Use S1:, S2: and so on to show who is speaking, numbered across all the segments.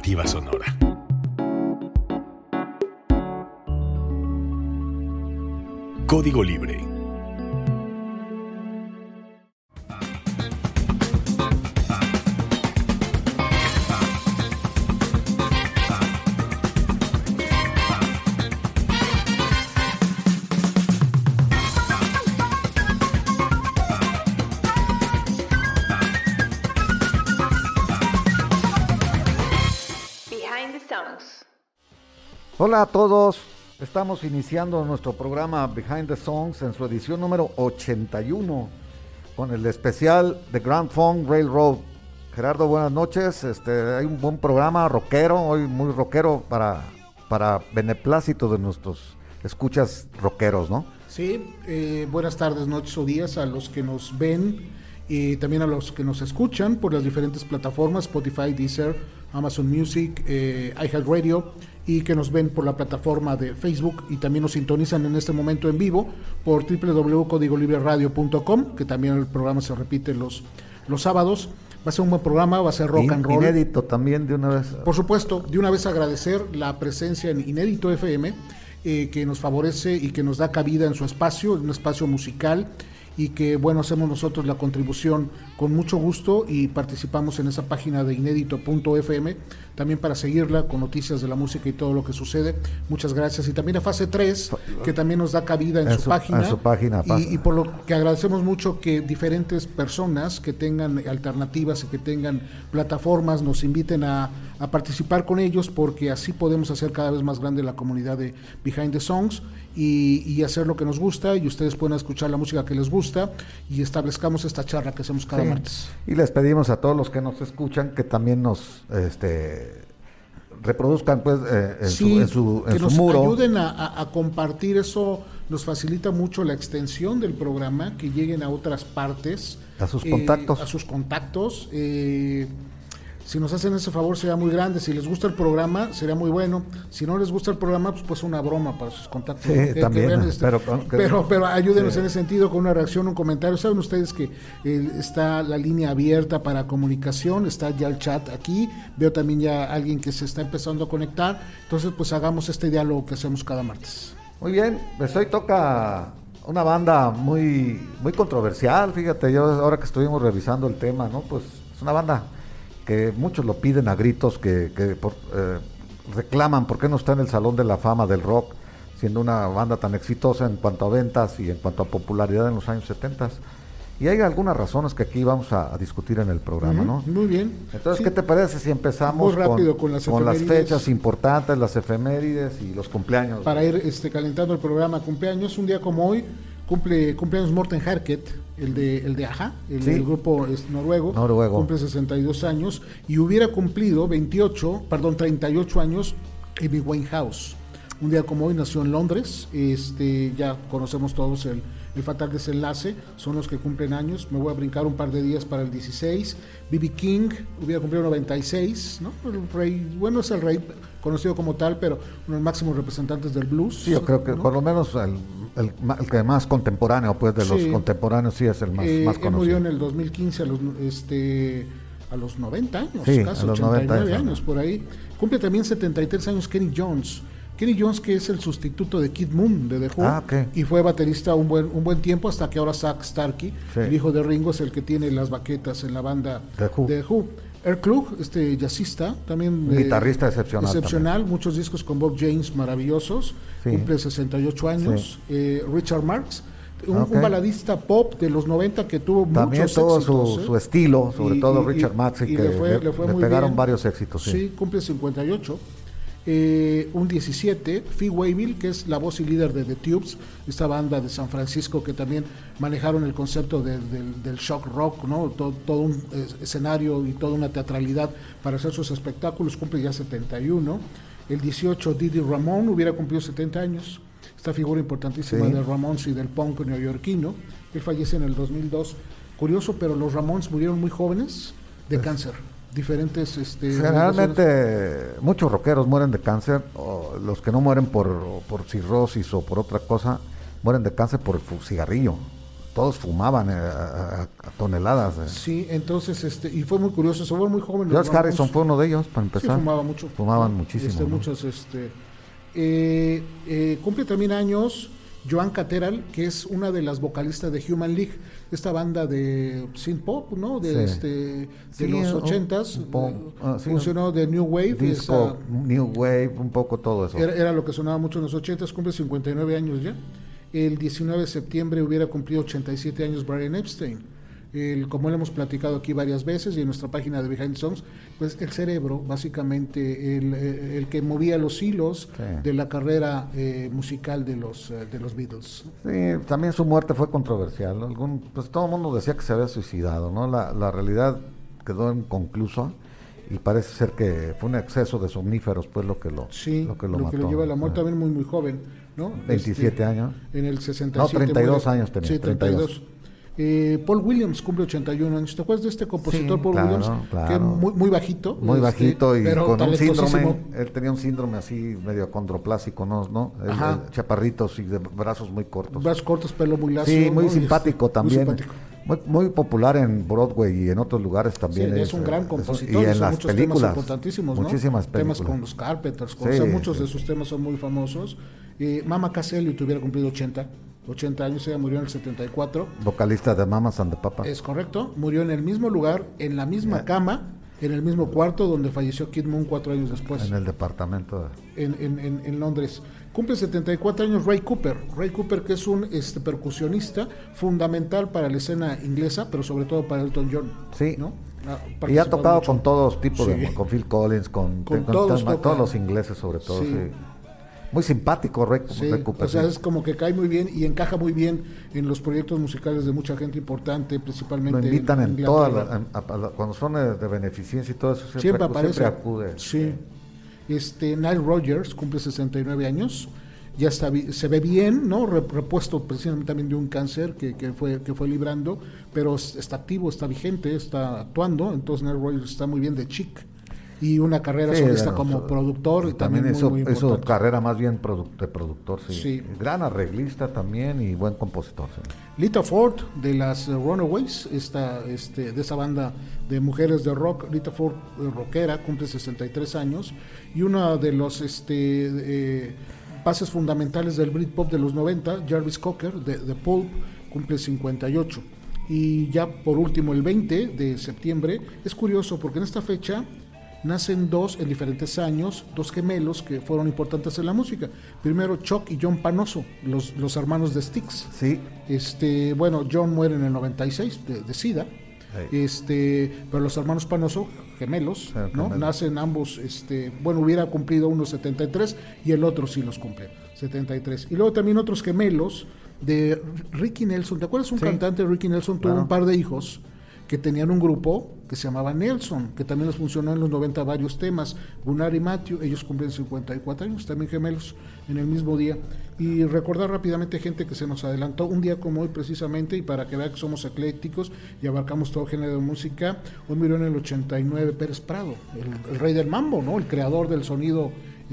S1: alternativa sonora. Código Libre.
S2: Hola a todos, estamos iniciando nuestro programa Behind the Songs en su edición número 81 con el especial The Grand Funk Railroad. Gerardo, buenas noches. Hay un buen programa rockero, hoy muy rockero para beneplácito de nuestros escuchas rockeros, ¿no?
S3: Sí, buenas tardes, noches o días a los que nos ven y también a los que nos escuchan por las diferentes plataformas, Spotify, Deezer, Amazon Music, iHeartRadio, y que nos ven por la plataforma de Facebook y también nos sintonizan en este momento en vivo por www.codigolibreradio.com, que también el programa se repite los sábados. Va a ser un buen programa, va a ser rock and roll.
S2: Inédito también de una vez.
S3: Por supuesto, de una vez agradecer la presencia en Inédito FM, que nos favorece y que nos da cabida en su espacio, un espacio musical, y que bueno, hacemos nosotros la contribución con mucho gusto y participamos en esa página de inédito.fm también para seguirla con noticias de la música y todo lo que sucede. Muchas gracias. Y también a Fase 3, que también nos da cabida en su página.
S2: En su página.
S3: Y por lo que agradecemos mucho que diferentes personas que tengan alternativas y que tengan plataformas nos inviten a participar con ellos, porque así podemos hacer cada vez más grande la comunidad de Behind the Songs y hacer lo que nos gusta, y ustedes pueden escuchar la música que les gusta y establezcamos esta charla que hacemos cada martes.
S2: Y les pedimos a todos los que nos escuchan que también nos reproduzcan pues en su muro.
S3: Que nos ayuden a compartir. Eso nos facilita mucho la extensión del programa, que lleguen a otras partes,
S2: a sus
S3: contactos. Si nos hacen ese favor sería muy grande. Si les gusta el programa sería muy bueno. Si no les gusta el programa, pues una broma para sus contactos.
S2: Sí, también.
S3: Pero ayúdenos en ese sentido con una reacción, un comentario. Saben ustedes que está la línea abierta para comunicación, está ya el chat aquí. Veo también ya alguien que se está empezando a conectar. Entonces, pues hagamos este diálogo que hacemos cada martes.
S2: Muy bien, pues hoy toca una banda muy, muy controversial. Fíjate, yo ahora que estuvimos revisando el tema, ¿no? Pues es una banda que muchos lo piden a gritos, que reclaman por qué no está en el Salón de la Fama del Rock, siendo una banda tan exitosa en cuanto a ventas y en cuanto a popularidad en los años 70. Y hay algunas razones que aquí vamos a discutir en el programa, ¿no?
S3: Muy bien.
S2: Entonces, ¿qué te parece si empezamos
S3: muy rápido con las
S2: fechas importantes, las efemérides y los cumpleaños?
S3: Para ir calentando el programa. Cumpleaños, un día como hoy, cumpleaños Morten Harket, el de Aja, el grupo noruego, cumple 62 años, y hubiera cumplido 38 años Amy Winehouse. Un día como hoy nació en Londres, ya conocemos todos el fatal desenlace, son los que cumplen años. Me voy a brincar un par de días para el 16. B.B. King hubiera cumplido 96, ¿no? El rey, bueno, es el rey conocido como tal, pero uno de los máximos representantes del blues.
S2: Sí, yo creo que, ¿no? Por lo menos el que más contemporáneo, pues de los contemporáneos, sí es el más conocido.
S3: Él murió en el 2015 a los 90 años,
S2: sí,
S3: casi
S2: a los
S3: 89 años por ahí. Cumple también 73 años Kenny Jones, que es el sustituto de Kid Moon de The Who, y fue baterista un buen tiempo, hasta que ahora Zach Starkey, el hijo de Ringo, es el que tiene las baquetas en la banda The Who. Earl Klug, jazzista, también
S2: guitarrista excepcional,
S3: muchos discos con Bob James maravillosos, cumple 68 años. Richard Marx, un baladista pop de los 90 que tuvo
S2: también
S3: muchos
S2: todo
S3: éxitos.
S2: Su estilo, sobre todo Richard Marx, y que le pegaron bien. Varios éxitos.
S3: Sí, cumple 58. Un 17, Fee Waybill, que es la voz y líder de The Tubes, esta banda de San Francisco que también manejaron el concepto del shock rock, ¿no? Todo un escenario y toda una teatralidad para hacer sus espectáculos, cumple ya 71. El 18, Didi Ramone, hubiera cumplido 70 años, esta figura importantísima de Ramones y del punk neoyorquino. Él fallece en el 2002. Curioso, pero los Ramones murieron muy jóvenes de cáncer. Diferentes
S2: generalmente muchos rockeros mueren de cáncer, o los que no mueren por cirrosis o por otra cosa, mueren de cáncer por el cigarrillo. Todos fumaban a toneladas.
S3: Sí, entonces, y fue muy curioso, se fue muy joven.
S2: George Harrison fue uno de ellos, para empezar.
S3: Sí, fumaba mucho.
S2: Fumaban muchísimo. ¿no?
S3: Muchos, cumple también años Joan Catterall, que es una de las vocalistas de Human League, esta banda de synth pop, ¿no? De los 80s, funcionó de New Wave.
S2: Disco, New Wave, un poco todo eso.
S3: Era lo que sonaba mucho en los 80s, cumple 59 años ya. El 19 de septiembre hubiera cumplido 87 años Brian Epstein. Como lo hemos platicado aquí varias veces y en nuestra página de Behind the Songs, pues el cerebro, básicamente el que movía los hilos de la carrera musical de los Beatles.
S2: Sí, también su muerte fue controversial. Pues todo el mundo decía que se había suicidado, ¿no? La realidad quedó inconclusa y parece ser que fue un exceso de somníferos, pues lo que lo mató.
S3: Que lo lleva a la muerte, también muy joven, ¿no?
S2: 27 años.
S3: En el 67.
S2: No, 32 años tenía.
S3: Sí, 32. Paul Williams cumple 81 años. ¿Te acuerdas de este compositor, Paul Williams?
S2: Claro.
S3: Que es muy bajito.
S2: Muy bajito y con un síndrome. Él tenía un síndrome así medio acondroplásico, ¿no? Chaparritos y de brazos muy cortos.
S3: Brazos cortos, pelo muy lacio.
S2: Sí, muy simpático también. Muy popular en Broadway y en otros lugares también.
S3: Sí, es un gran compositor.
S2: Y en las
S3: muchos
S2: películas.
S3: Temas importantísimos, ¿no?
S2: Muchísimas películas.
S3: Temas con los Carpenters, muchos de sus temas son muy famosos. Mama Cassell tuviera cumplido 80 años, ella murió en el 74.
S2: Vocalista de Mamas and the Papas.
S3: Es correcto, murió en el mismo lugar, en la misma cama, en el mismo cuarto donde falleció Kid Moon 4 años después.
S2: En el departamento.
S3: En Londres. Cumple 74 años Ray Cooper, que es un percusionista fundamental para la escena inglesa, pero sobre todo para Elton John.
S2: Sí.
S3: ¿no?
S2: Y ha tocado con todos tipos con Phil Collins, con todos los ingleses sobre todo. Sí. Muy simpático Ray Cooper.
S3: O sea, es como que cae muy bien y encaja muy bien en los proyectos musicales de mucha gente importante, principalmente.
S2: Lo invitan en todas cuando son de beneficencia y todo eso.
S3: Siempre aparece.
S2: Siempre acude.
S3: Sí. Nile Rodgers cumple 69 años. Ya se ve bien, ¿no? Repuesto precisamente también de un cáncer que fue librando, pero está activo, está vigente, está actuando. Entonces Nile Rodgers está muy bien de chic. Y una carrera solista como productor. Y también muy
S2: hizo carrera más bien de productor, sí. Gran arreglista también y buen compositor. Sí.
S3: Lita Ford, de las Runaways, de esa banda de mujeres de rock. Lita Ford, rockera, cumple 63 años. Y uno de los bases fundamentales del Britpop de los 90, Jarvis Cocker, de Pulp, cumple 58. Y ya por último, el 20 de septiembre, es curioso porque en esta fecha nacen en diferentes años, dos gemelos que fueron importantes en la música. Primero Chuck y John Panoso, los hermanos de Styx.
S2: Sí.
S3: John muere en el 96 de SIDA. Pero los hermanos Panoso, gemelos, ¿no? Nacen ambos, hubiera cumplido uno 73 y el otro sí los cumple, 73. Y luego también otros gemelos de Ricky Nelson. ¿Te acuerdas? Un cantante, Ricky Nelson, tuvo un par de hijos que tenían un grupo que se llamaba Nelson, que también les funcionó en los 90 varios temas. Gunnar y Matthew, ellos cumplen 54 años, también gemelos, en el mismo día. Y recordar rápidamente gente que se nos adelantó un día como hoy precisamente, y para que vean que somos eclécticos y abarcamos todo género de música. Hoy murió en el 89 Pérez Prado, el rey del mambo, ¿no? El creador del sonido.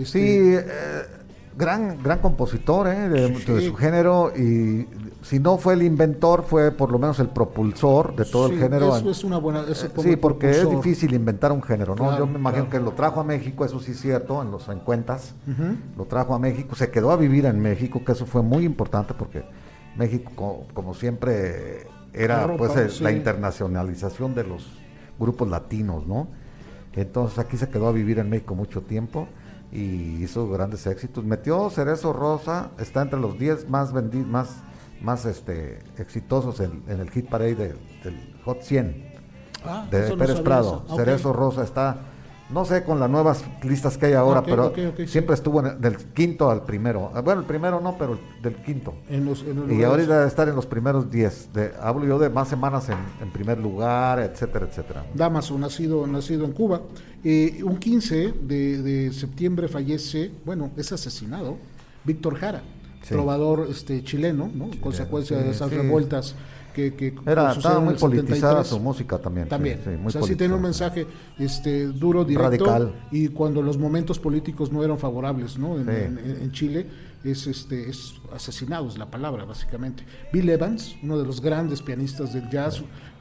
S2: Gran compositor de su género, y si no fue el inventor, fue por lo menos el propulsor de todo el género.
S3: Eso es una buena.
S2: Sí, porque es difícil inventar un género, ¿no? Yo me imagino que lo trajo a México, eso sí es cierto, en los 50s, lo trajo a México, se quedó a vivir en México, que eso fue muy importante porque México, como siempre, era la internacionalización de los grupos latinos, ¿no? Entonces aquí se quedó a vivir en México mucho tiempo y hizo grandes éxitos. Metió Cerezo Rosa, está entre los 10 más vendidos, más exitosos en el hit parade del Hot 100 de Pérez Prado. Cerezo Rosa está, no sé con las nuevas listas que hay ahora, pero siempre estuvo del quinto al primero. Bueno, el primero no, pero del quinto. Y ahorita debe estar en los primeros 10. Hablo yo de más semanas en primer lugar, etcétera, etcétera.
S3: Damaso, nacido en Cuba. Un 15 de septiembre fallece, es asesinado, Víctor Jara, trovador chileno, ¿no? Consecuencia de esas revueltas que
S2: estaba muy politizada su música también.
S3: Sí tiene un mensaje duro, directo,
S2: radical,
S3: y cuando los momentos políticos no eran favorables, ¿no? En Chile es asesinado, es la palabra básicamente. Bill Evans, uno de los grandes pianistas del jazz,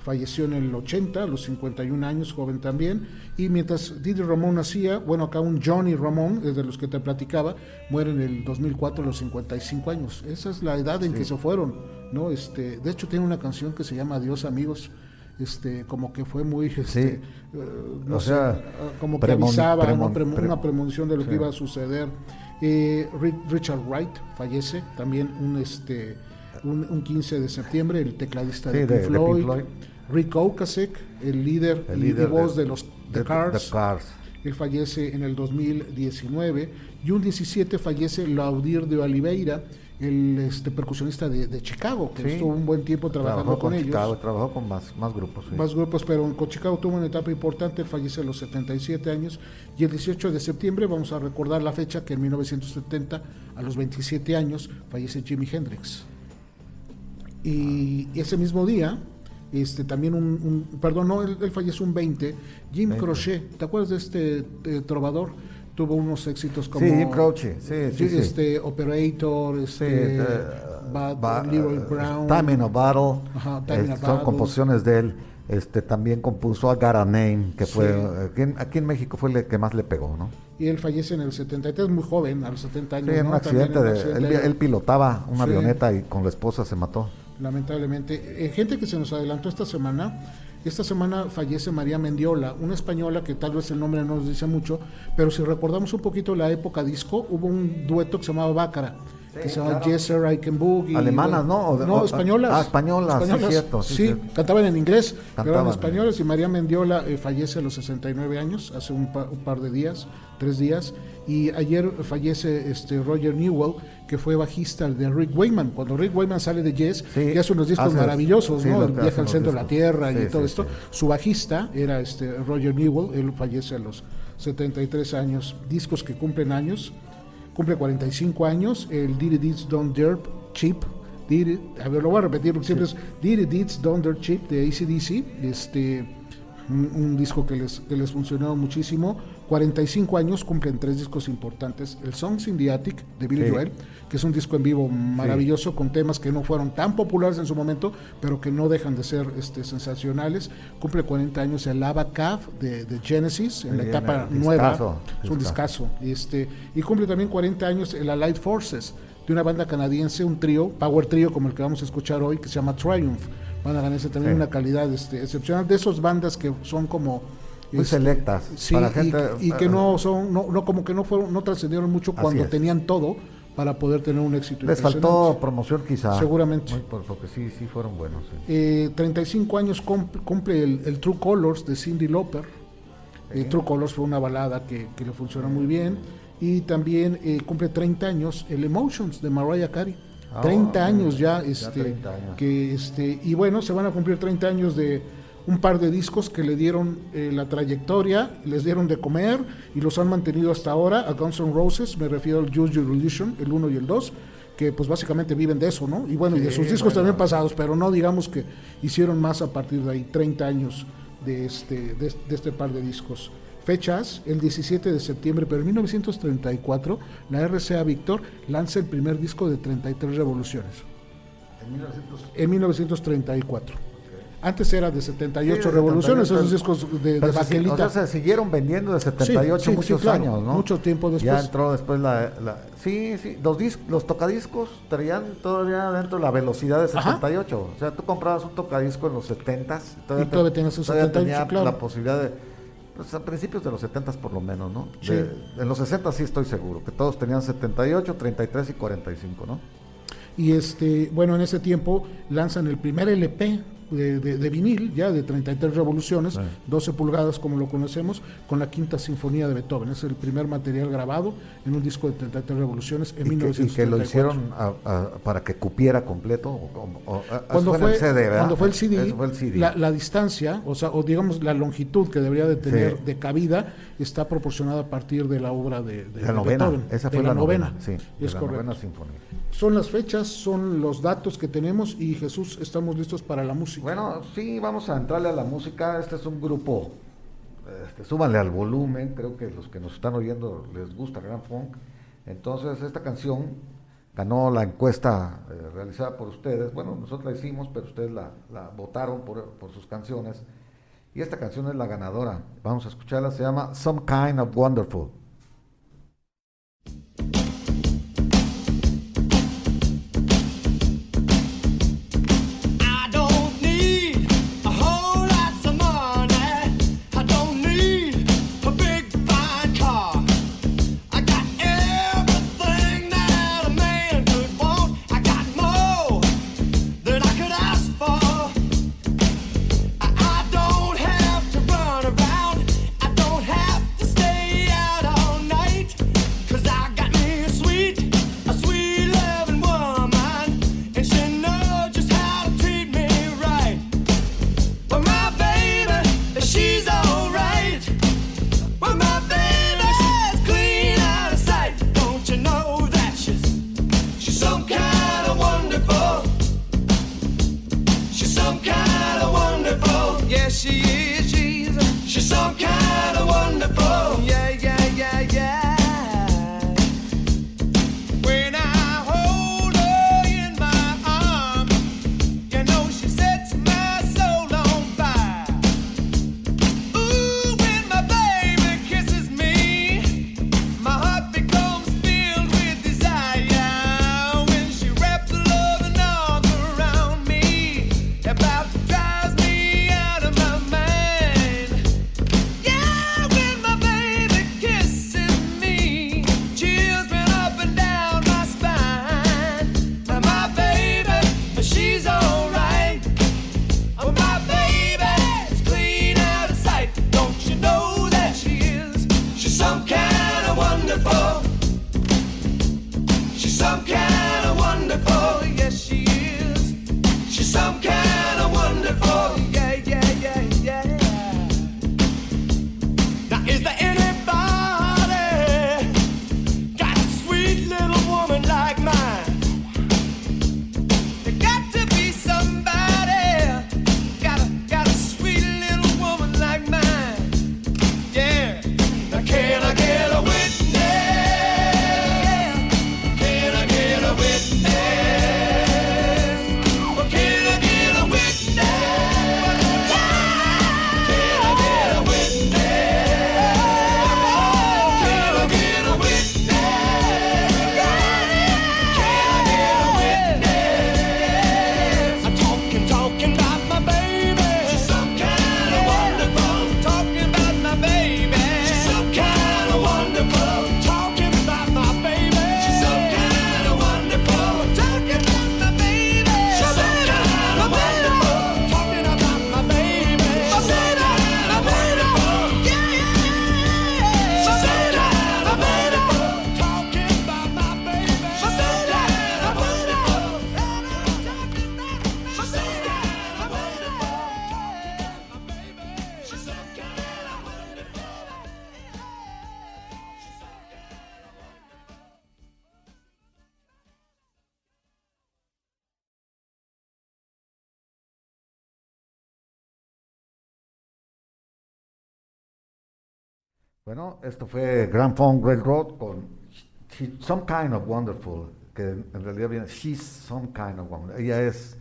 S3: falleció en el 80, a los 51 años, joven también, y mientras Didi Ramón nacía, bueno, acá un Johnny Ramón, de los que te platicaba, muere en el 2004 a los 55 años. Esa es la edad en que se fueron, ¿no? De hecho tiene una canción que se llama Adiós amigos, como que fue muy, no sé, como que avisaba, una premonición de lo que iba a suceder. Richard Wright fallece también un 15 de septiembre, el tecladista de Pink Floyd. Rick Ocasek, el líder y voz de los The Cars. Él fallece en el 2019. Y un 17 fallece Laudir de Oliveira, el percusionista de Chicago, que estuvo un buen tiempo trabajando con ellos.
S2: Trabajó con más grupos. Sí.
S3: Más grupos, pero con Chicago tuvo una etapa importante. Él fallece a los 77 años. Y el 18 de septiembre vamos a recordar la fecha que en 1970, a los 27 años, fallece Jimi Hendrix. Y ese mismo día, también él falleció un 20, Jim Croce, ¿te acuerdas de este trovador? Tuvo unos éxitos como
S2: Jim Croce, sí.
S3: Operator, Leroy Brown,
S2: Time in a Battle, son composiciones de él. También compuso a Got a Name, que fue aquí en México fue el que más le pegó, ¿no?
S3: Y él fallece en el 73, muy joven, a los 70 años.
S2: Sí, en un accidente, él pilotaba una avioneta y con la esposa se mató.
S3: Lamentablemente. Gente que se nos adelantó esta semana fallece María Mendiola, una española que tal vez el nombre no nos dice mucho, pero si recordamos un poquito la época disco, hubo un dueto que se llamaba Bácara, que se llama Yes Sir I Can Boogie.
S2: Alemanas, ¿no?
S3: No, españolas.
S2: Españolas, sí, cierto.
S3: Sí, cantaban en inglés, pero eran españoles. Y María Mendiola fallece a los 69 años, hace un par de días, 3 días. Y ayer fallece Roger Newell, que fue bajista de Rick Wakeman. Cuando Rick Wakeman sale de Yes, y hace unos discos maravillosos, ¿no? El viaje al centro de la Tierra y todo esto. Su bajista era Roger Newell, él fallece a los 73 años. Discos que cumplen años. Cumple 45 años, el Diddy Deeds Don't Dirt Cheap. Lo voy a repetir porque siempre es Diddy Deeds Don't Dirt Cheap de AC/DC. Un disco que les funcionó muchísimo. 45 años, cumplen 3 discos importantes. El Songs in the Attic de Billy Joel, que es un disco en vivo maravilloso, con temas que no fueron tan populares en su momento, pero que no dejan de ser sensacionales. Cumple 40 años el Lava Cave de Genesis, en la etapa nueva. Es un discazo. Y cumple también 40 años el Allied Forces, de una banda canadiense, un trío, power trío como el que vamos a escuchar hoy, que se llama Triumph. Banda canadiense también, una calidad excepcional, de esas bandas que son como
S2: muy selectas,
S3: sí, para gente, y que no como que no trascendieron mucho cuando tenían todo para poder tener un éxito.
S2: Les faltó promoción quizá.
S3: Seguramente.
S2: Porque sí fueron buenos.
S3: 35 años cumple el True Colors de Cyndi Lauper. True Colors fue una balada que le funcionó muy bien. Y también cumple 30 años el Emotions de Mariah Carey. 30 años ya, 30 años. Y bueno, se van a cumplir 30 años de un par de discos que le dieron la trayectoria, les dieron de comer y los han mantenido hasta ahora. A Guns N' Roses, me refiero al Use Your Illusion, el 1 y el 2, que pues básicamente viven de eso, ¿no? Y bueno, y de sus discos también pasados, pero no digamos que hicieron más a partir de ahí. 30 años de este par de discos. Fechas, el 17 de septiembre, pero en 1934, la RCA Victor lanza el primer disco de 33 revoluciones. En 1934. Antes era de 78 revoluciones, 78, esos discos de baquelita.
S2: O sea, se siguieron vendiendo de 78 muchos años, ¿no?
S3: Mucho tiempo después.
S2: Ya entró después los tocadiscos traían todavía dentro la velocidad de 78. Ajá. O sea, tú comprabas un tocadisco en los 70s.
S3: Y todavía tenías esos 78,
S2: tenía la posibilidad de... Pues a principios de los 70s por lo menos, ¿no?
S3: Sí.
S2: En los 60 sí estoy seguro, que todos tenían 78, 33 y 45, ¿no?
S3: Y bueno, en ese tiempo lanzan el primer LP de vinil, ya de 33 revoluciones, 12 pulgadas como lo conocemos, con la Quinta Sinfonía de Beethoven. Es el primer material grabado en un disco de 33 revoluciones en 1934.
S2: Y que lo hicieron para que cupiera completo.
S3: Cuando fue el CD,
S2: eso fue el CD.
S3: La distancia, o digamos la longitud que debería de tener de cabida, está proporcionada a partir de la obra de Beethoven.
S2: Esa fue la novena. Sí,
S3: es correcto.
S2: Novena sinfonía.
S3: Son las fechas, son los datos que tenemos y Jesús, estamos listos para la música.
S2: Bueno, sí, vamos a entrarle a la música. Este es un grupo, súbanle al volumen, creo que los que nos están oyendo les gusta Grand Funk. Entonces esta canción ganó la encuesta realizada por ustedes. Bueno, nosotros la hicimos, pero ustedes la votaron por sus canciones. Y esta canción es la ganadora. Vamos a escucharla, se llama Some Kind of Wonderful. Bueno, esto fue Grand Funk Railroad con Some Kind of Wonderful, que en realidad viene She's Some Kind of Wonderful. Ella es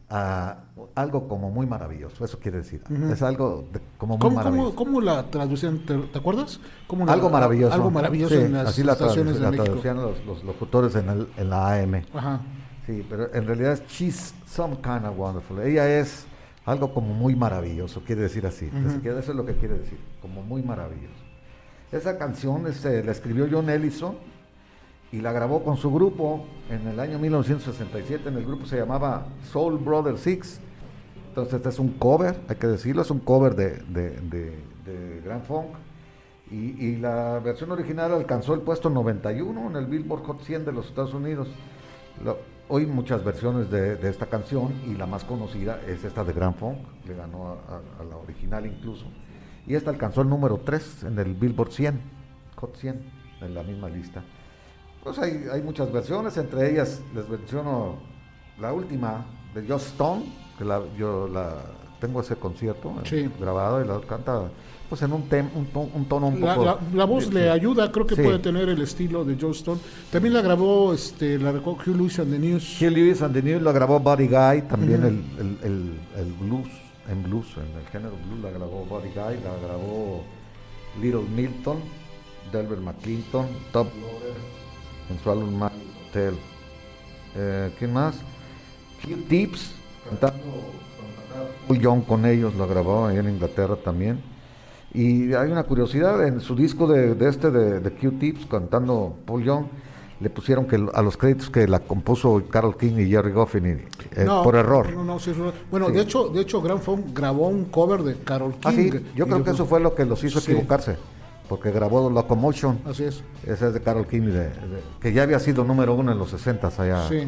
S2: algo como muy maravilloso, eso quiere decir. Es algo como muy maravilloso.
S3: ¿Cómo la traducían? ¿Te acuerdas?
S2: Algo maravilloso.
S3: Algo maravilloso, sí, en las estaciones de México.
S2: La traducían los locutores en la AM.
S3: Ajá.
S2: Sí, pero en realidad es She's Some Kind of Wonderful. Ella es algo como muy maravilloso, quiere decir así. Eso es lo que quiere decir, como muy maravilloso. Esa canción la escribió John Ellison y la grabó con su grupo en el año 1967. En el grupo se llamaba Soul Brother Six. Entonces este es un cover, hay que decirlo, es un cover de Grand Funk. Y la versión original alcanzó el puesto 91 en el Billboard Hot 100 de los Estados Unidos. Hoy muchas versiones de esta canción y la más conocida es esta de Grand Funk, le ganó a la original incluso. Y esta alcanzó el número 3 en el Billboard 100, Hot 100, en la misma lista. Pues hay muchas versiones, entre ellas les menciono la última de Joss Stone, que yo la tengo ese concierto grabado y la canta pues en un tono un poco...
S3: La voz le ayuda, creo que puede tener el estilo de Joe Stone. También la grabó Hugh Lewis and the News.
S2: Hugh Lewis and the News la grabó Buddy Guy, también el blues, en el género blues la grabó Buddy Guy, la grabó Little Milton, Delbert McClinton, Top Loader, en su álbum Hotel. ¿Quién más? Q-Tips, cantando Paul Young con ellos, lo grabó ahí en Inglaterra también. Y hay una curiosidad, en su disco de Q-Tips, cantando Paul Young, le pusieron que a los créditos que la compuso Carole King y Jerry Goffin por error.
S3: Bueno, de hecho Grand Funk grabó un cover de Carole King.
S2: Sí, yo creo que eso fue lo que los hizo equivocarse, porque grabó Locomotion.
S3: Así es.
S2: Esa es de Carole King, que ya había sido número 1 en los 60s allá.
S3: Sí.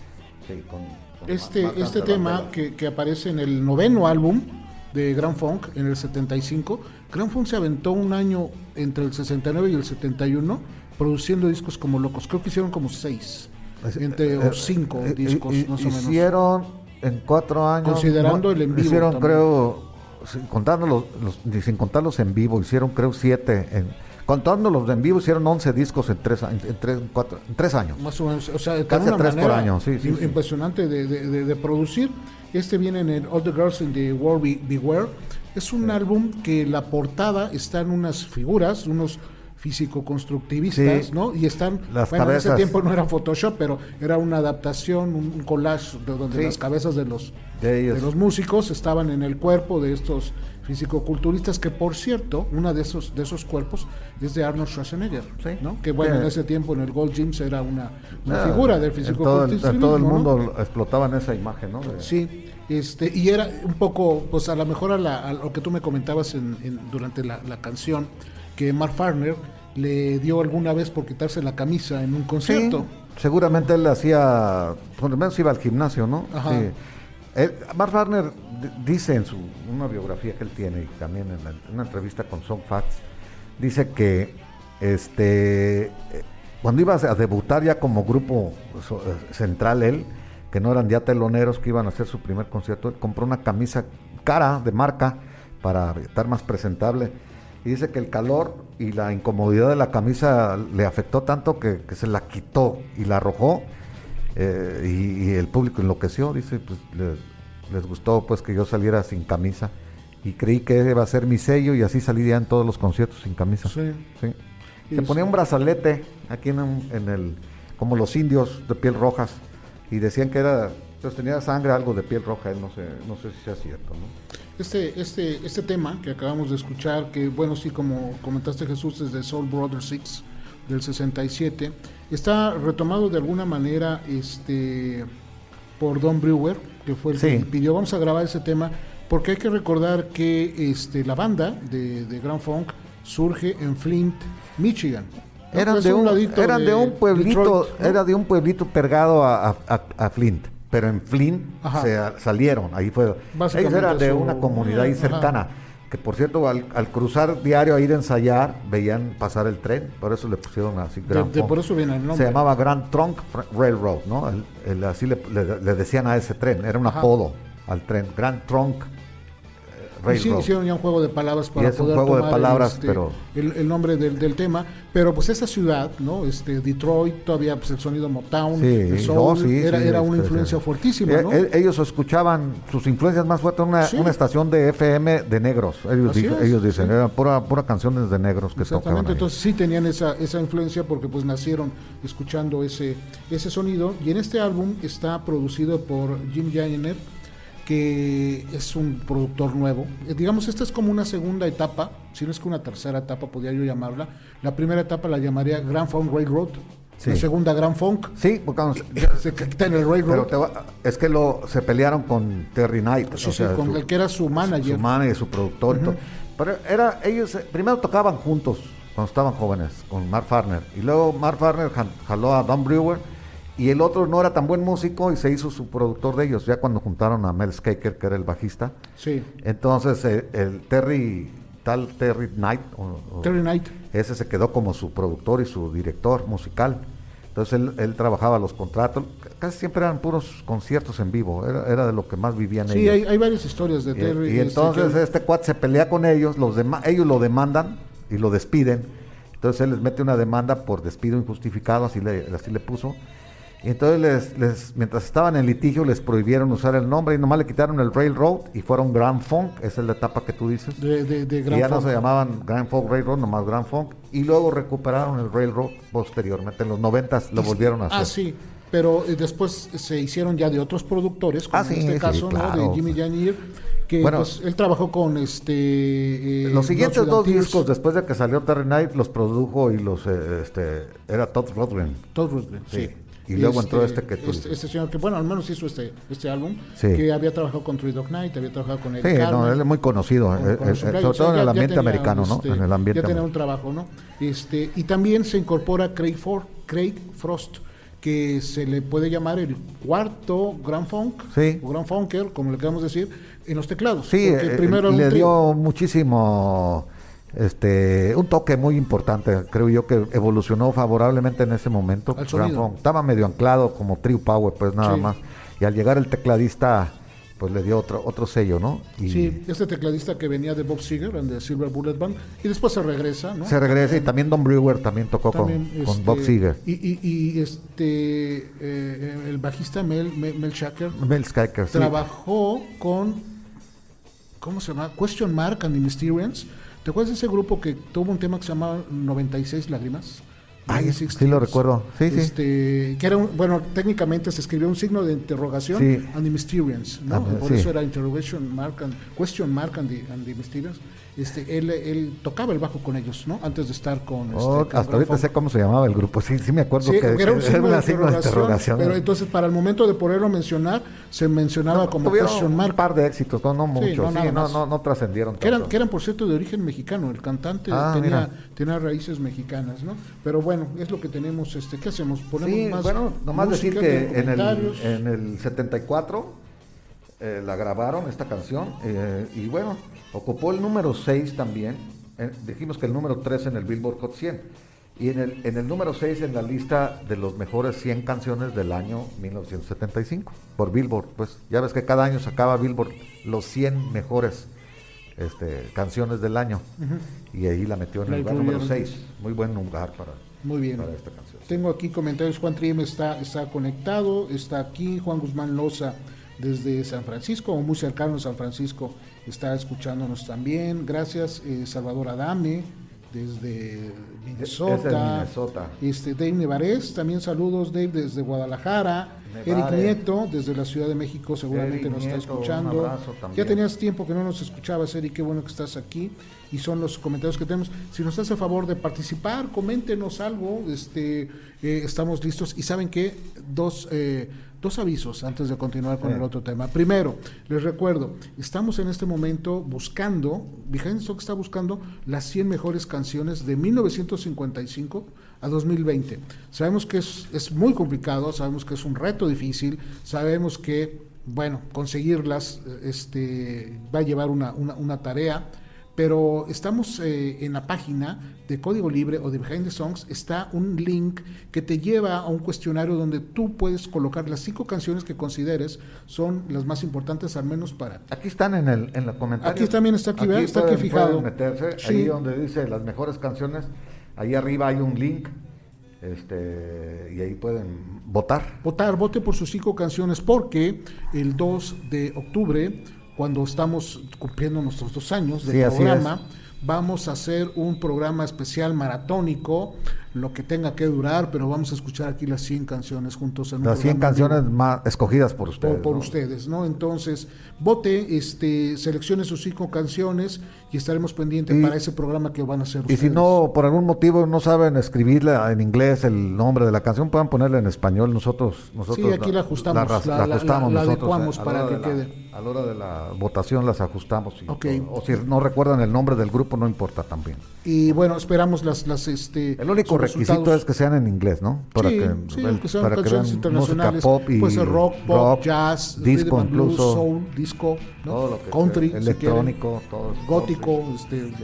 S3: Este tema que aparece en el 9º álbum de Grand Funk, en el 75, Grand Funk se aventó un año entre el 69 y el 71 produciendo discos como locos. Creo que hicieron como 6 o 5 discos más o menos.
S2: Hicieron en 4 años,
S3: considerando el en vivo,
S2: hicieron
S3: también.
S2: Creo, sin contarlos en vivo, hicieron creo 7 contándolos en vivo, hicieron 11 discos en 3 años.
S3: Más o menos, o sea,
S2: casi
S3: una
S2: 3 por año, sí.
S3: Impresionante de producir. Viene en el All the Girls in the World Beware. Es un álbum que la portada está en unas figuras, unos físico-constructivistas, ¿no? Y están,
S2: las
S3: cabezas. En ese tiempo no era Photoshop, pero era una adaptación, un collage donde las cabezas de los músicos estaban en el cuerpo de estos físico-culturistas, que por cierto, uno de esos cuerpos es de Arnold Schwarzenegger, ¿no? Que bueno, en ese tiempo en el Gold Gyms era una figura del físico-culturismo.
S2: Todo el mundo explotaban esa imagen, ¿no?
S3: Sí, y era un poco, pues a lo mejor a lo que tú me comentabas durante la canción, que Mark Farner le dio alguna vez por quitarse la camisa en un concierto.
S2: Sí, seguramente él hacía, por lo menos iba al gimnasio, ¿no?
S3: Ajá.
S2: Sí. Mark Farner dice en una biografía que él tiene y también en una entrevista con Song Facts, dice que cuando iba a debutar ya como grupo central él, que no eran ya teloneros, que iban a hacer su primer concierto, él compró una camisa cara de marca para estar más presentable, y dice que el calor y la incomodidad de la camisa le afectó tanto que se la quitó y la arrojó. Y el público enloqueció, dice, pues les gustó pues que yo saliera sin camisa y creí que iba a ser mi sello, y así salí ya en todos los conciertos sin camisa. Sí. Se ponía un brazalete aquí como los indios de piel rojas, y decían que pues tenía sangre, algo de piel roja, no sé si sea cierto, ¿no?
S3: Este tema que acabamos de escuchar, que bueno, sí, como comentaste, Jesús, es de Soul Brothers 6 del 67, está retomado de alguna manera por Don Brewer, que fue el que pidió, vamos a grabar ese tema, porque hay que recordar que la banda de Grand Funk surge en Flint, Michigan.
S2: Eran de un pueblito pegado a Flint, pero en Flint salieron, ahí fue. Ellos eran de una comunidad ahí cercana, que por cierto al cruzar diario a ir a ensayar veían pasar el tren, por eso le pusieron así Grand Funk.
S3: Por eso viene el nombre.
S2: Se llamaba Grand Trunk Railroad, ¿no? Así le decían a ese tren, era un apodo al tren, Grand Trunk Railroad.
S3: Sí, hicieron ya un juego de palabras para poder
S2: tomar
S3: el nombre del tema, pero pues esa ciudad, ¿no? Detroit, todavía pues el sonido Motown, el soul, era una influencia fuertísima, ¿no?
S2: Ellos escuchaban sus influencias más fuertes en una estación de FM de negros, ellos dicen, eran pura canciones de negros que tocaban ahí.
S3: Entonces sí tenían esa influencia, porque pues nacieron escuchando ese sonido, y en este álbum está producido por Jim Jagger, que es un productor nuevo. Digamos, esta es como una segunda etapa, si no es que una tercera etapa podría yo llamarla. La primera etapa la llamaría Grand Funk Railroad, la segunda Grand Funk.
S2: Sí, porque
S3: se quita en el Railroad.
S2: Es que se pelearon con Terry Knight.
S3: Con el que era su manager.
S2: Su manager, su productor. Uh-huh. Pero ellos primero tocaban juntos cuando estaban jóvenes, con Mark Farner. Y luego Mark Farner jaló a Don Brewer, y el otro no era tan buen músico y se hizo su productor de ellos, ya cuando juntaron a Mel Skaker, que era el bajista.
S3: Sí.
S2: Entonces el Terry Knight,
S3: Terry Knight,
S2: ese se quedó como su productor y su director musical. Entonces él trabajaba los contratos, casi siempre eran puros conciertos en vivo, era de lo que más vivían ellos.
S3: Sí, hay varias historias de Terry.
S2: Y entonces este cuate se pelea con ellos, ellos lo demandan y lo despiden. Entonces él les mete una demanda por despido injustificado, así le puso. Y entonces mientras estaban en litigio les prohibieron usar el nombre y nomás le quitaron el Railroad y fueron Grand Funk, esa es la etapa que tú dices.
S3: De Grand
S2: y ya
S3: Funk.
S2: no se llamaban Grand Funk Railroad, nomás Grand Funk. Y luego recuperaron el Railroad posteriormente, en los 90s lo volvieron a hacer.
S3: Ah, sí, pero después se hicieron ya de otros productores, como en este caso,
S2: claro.
S3: ¿no? De Jimmy Janier, que pues, él trabajó con
S2: los siguientes dos discos, después de que salió Terry Knight, los produjo y era Todd Rundgren.
S3: Todd Rundgren, sí.
S2: Y luego entró que tú
S3: este señor que, bueno, al menos hizo este álbum,
S2: sí.
S3: Que había trabajado con Three Dog Night, había trabajado con Eric
S2: Carmen. No, él es muy conocido, sobre todo en el ambiente americano, ¿no? En el ambiente
S3: ya tenía un trabajo, ¿no? Y también se incorpora Craig Frost, que se le puede llamar el cuarto Grand Funk,
S2: sí.
S3: O Grand Funker, como le queramos decir, en los teclados.
S2: Sí, primero le dio muchísimo... un toque muy importante, creo yo, que evolucionó favorablemente en ese momento. Estaba medio anclado como Trio Power, pues nada más. Y al llegar el tecladista, pues le dio otro sello, ¿no?
S3: Sí, este tecladista que venía de Bob Seger, de Silver Bullet Band, y después se regresa, ¿no?
S2: Se regresa, y también Don Brewer también tocó con Bob Seger.
S3: Y el bajista Mel Shaker trabajó con, ¿cómo se llama? Question Mark and the Mysterians. ¿Te acuerdas de ese grupo que tuvo un tema que se llamaba 96 Lágrimas?
S2: Ay, sí lo recuerdo. Sí.
S3: Que era técnicamente se escribió un signo de interrogación,
S2: sí.
S3: And the Mysterians, ¿no? Por eso era Interrogation Mark and Question Mark and the Mysterians. Él tocaba el bajo con ellos, ¿no? Antes de estar con
S2: hasta ahorita sé cómo se llamaba el grupo. Sí me acuerdo que
S3: era un signo de
S2: interrogación.
S3: Pero entonces para el momento de poderlo mencionar se mencionaba como Question Mark.
S2: Un par de éxitos, no muchos. No trascendieron tanto.
S3: Que eran por cierto de origen mexicano. El cantante tenía raíces mexicanas, ¿no? Pero bueno, es lo que tenemos. ¿Qué hacemos? Ponemos más.
S2: Nomás decir que en el 74 la grabaron esta canción y bueno, ocupó el número 6 también. Dijimos que el número 3 en el Billboard Hot 100 y en el número 6 en la lista de los mejores 100 canciones del año 1975 por Billboard. Pues ya ves que cada año sacaba Billboard los 100 mejores canciones del año. Uh-huh. Y ahí la metió en el lugar número 6. Muy buen lugar para esta canción.
S3: Tengo aquí comentarios. Juan Triem está conectado, está aquí. Juan Guzmán Loza desde San Francisco, o muy cercano a San Francisco, está escuchándonos también. Gracias. Salvador Adame desde Minnesota. Dave Nevarez, también saludos, Dave, desde Guadalajara. Eric Nieto, desde la Ciudad de México, seguramente nos está escuchando. Ya tenías tiempo que no nos escuchabas, Eric, qué bueno que estás aquí. Y son los comentarios que tenemos. Si nos hace favor de participar, coméntenos algo. Estamos listos. Y saben qué, dos avisos antes de continuar con el otro tema. Primero, les recuerdo, estamos en este momento buscando, Behind the Song está buscando las 100 mejores canciones de 1955 a 2020. Sabemos que es muy complicado, sabemos que es un reto difícil, sabemos que, bueno, conseguirlas va a llevar una tarea, pero estamos en la página de Código Libre o de Behind the Songs, está un link que te lleva a un cuestionario donde tú puedes colocar las 5 canciones que consideres son las más importantes, al menos para ti.
S2: Aquí están en los comentarios.
S3: Aquí también está aquí fijado.
S2: Pueden meterse, sí. Ahí donde dice las mejores canciones, ahí arriba hay un link, y ahí pueden votar.
S3: Vote por sus 5 canciones, porque el 2 de octubre, cuando estamos cumpliendo nuestros 2 años de programa, vamos a hacer un programa especial maratónico, lo que tenga que durar, pero vamos a escuchar aquí las 100 canciones juntos en un
S2: las 100 canciones más escogidas por ustedes.
S3: Por ustedes, ¿no? Entonces, vote, seleccione sus 5 canciones y estaremos pendientes para ese programa que van a hacer ustedes.
S2: Y si no, por algún motivo no saben escribirla en inglés el nombre de la canción, puedan ponerla en español. Nosotros
S3: sí, aquí la ajustamos, la adecuamos para que quede.
S2: A la hora de la votación las ajustamos.
S3: Okay.
S2: O si no recuerdan el nombre del grupo, no importa también.
S3: Y bueno, esperamos
S2: el único requisito es que sean en inglés, ¿no?
S3: Para que sean canciones internacionales,
S2: pop y
S3: puede ser rock, pop, jazz,
S2: disco,
S3: blues,
S2: incluso
S3: soul, disco, ¿no?
S2: Todo lo que
S3: country,
S2: sea, electrónico, todo
S3: gótico,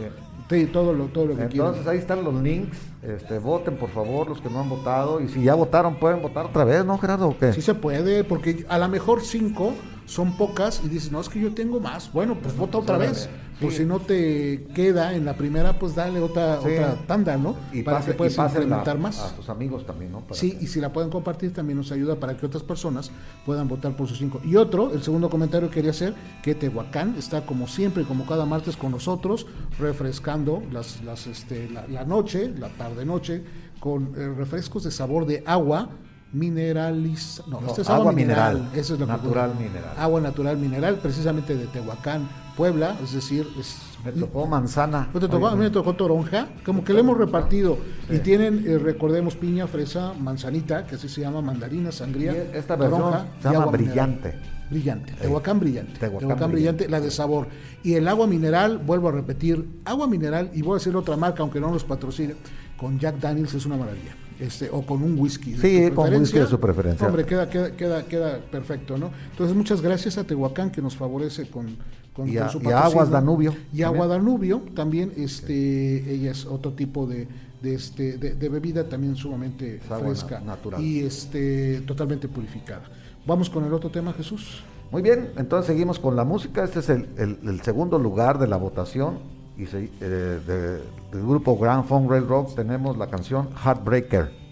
S3: Sí, todo lo que quieran.
S2: Entonces ahí están los links, voten por favor los que no han votado, y si ya votaron pueden votar otra vez, ¿no, Gerardo? ¿O qué?
S3: Sí se puede, porque a lo mejor 5 son pocas y dices, no, es que yo tengo más. Bueno, pues vota otra vez. Pues si no te queda en la primera, pues dale otra tanda, ¿no?
S2: Y
S3: para que puedas implementar más.
S2: A tus amigos también, ¿no?
S3: Sí, y si la pueden compartir también nos ayuda para que otras personas puedan votar por sus 5. Y el segundo comentario que quería hacer, que Tehuacán está como siempre, como cada martes con nosotros, refrescando la noche, la tarde-noche, con refrescos de sabor de agua mineraliza. No, este es agua mineral. Eso es lo
S2: natural mineral.
S3: Agua natural mineral, precisamente de Tehuacán, Puebla, es decir,
S2: me tocó manzana.
S3: A mí me tocó toronja, como que le hemos repartido. Sí. Y tienen, recordemos, piña, fresa, manzanita, que así se llama, mandarina, sangría,
S2: esta toronja, se llama brillante.
S3: Brillante, Tehuacán brillante. Tehuacán brillante, la de sabor. Y el agua mineral, vuelvo a repetir, agua mineral, y voy a decir otra marca, aunque no nos patrocine, con Jack Daniels es una maravilla. O con un whisky.
S2: Sí, con whisky de su preferencia.
S3: Hombre, queda perfecto, ¿no? Entonces, muchas gracias a Tehuacán que nos favorece con su patrocinio.
S2: Y a Aguas Danubio.
S3: Y Agua Danubio también, ella es otro tipo de bebida también sumamente fresca
S2: natural.
S3: Y totalmente purificada. Vamos con el otro tema, Jesús.
S2: Muy bien, entonces seguimos con la música. Este es el segundo lugar de la votación. Y del grupo Grand Funk Railroad tenemos la canción Heartbreaker.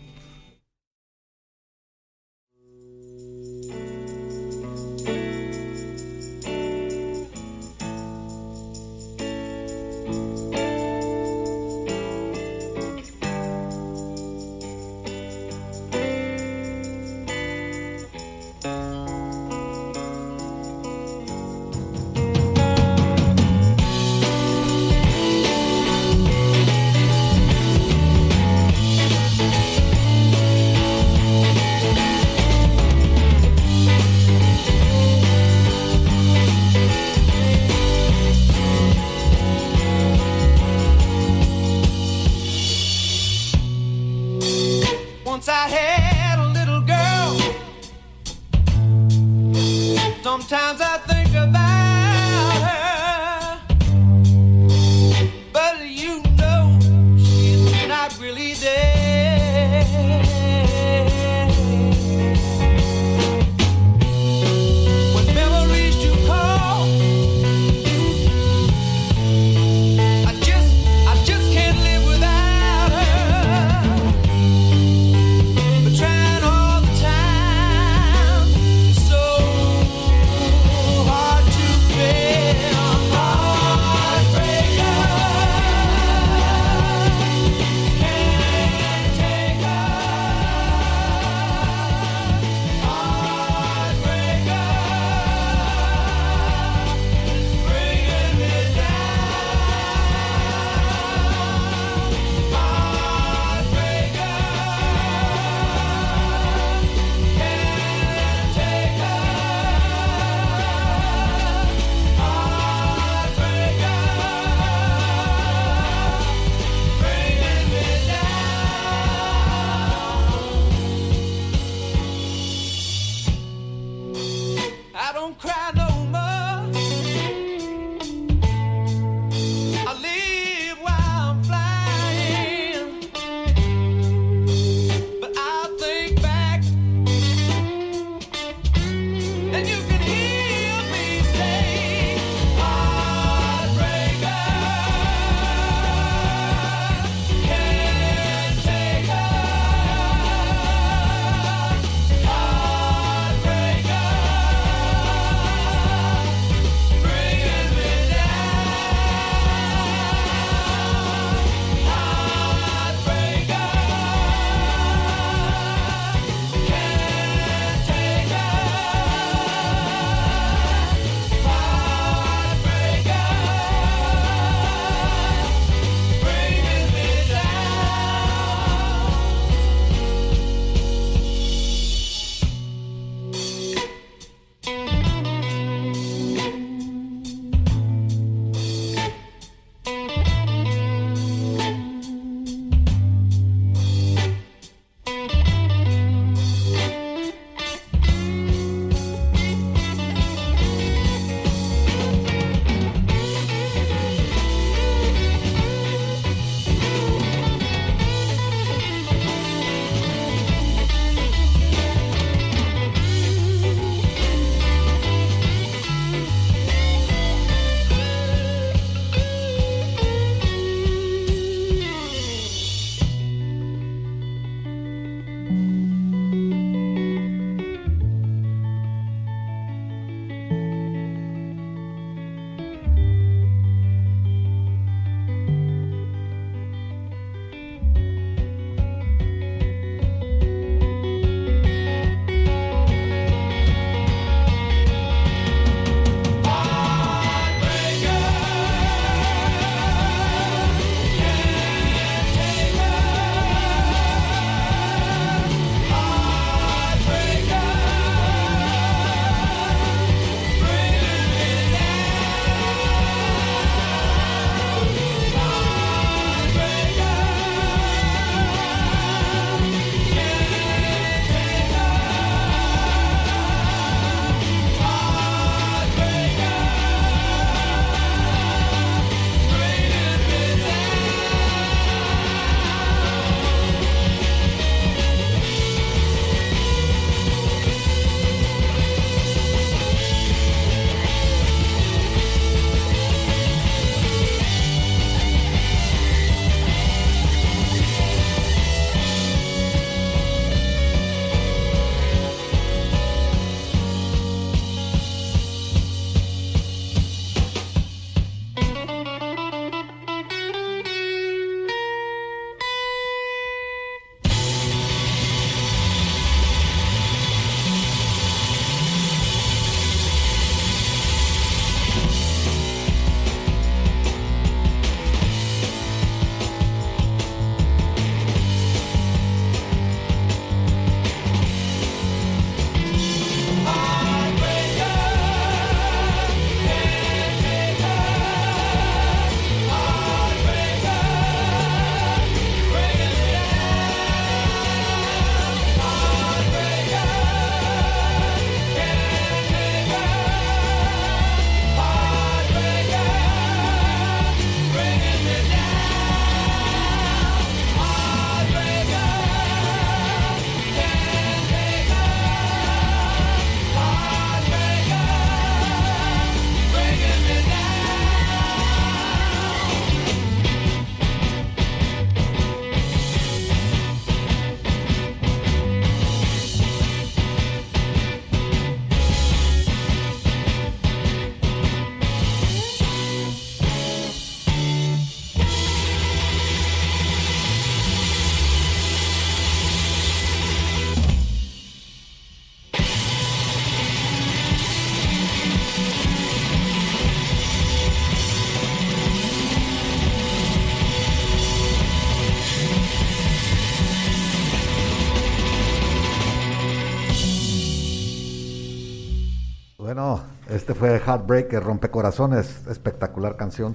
S2: Bueno, este fue Heartbreaker, Rompecorazones, espectacular canción.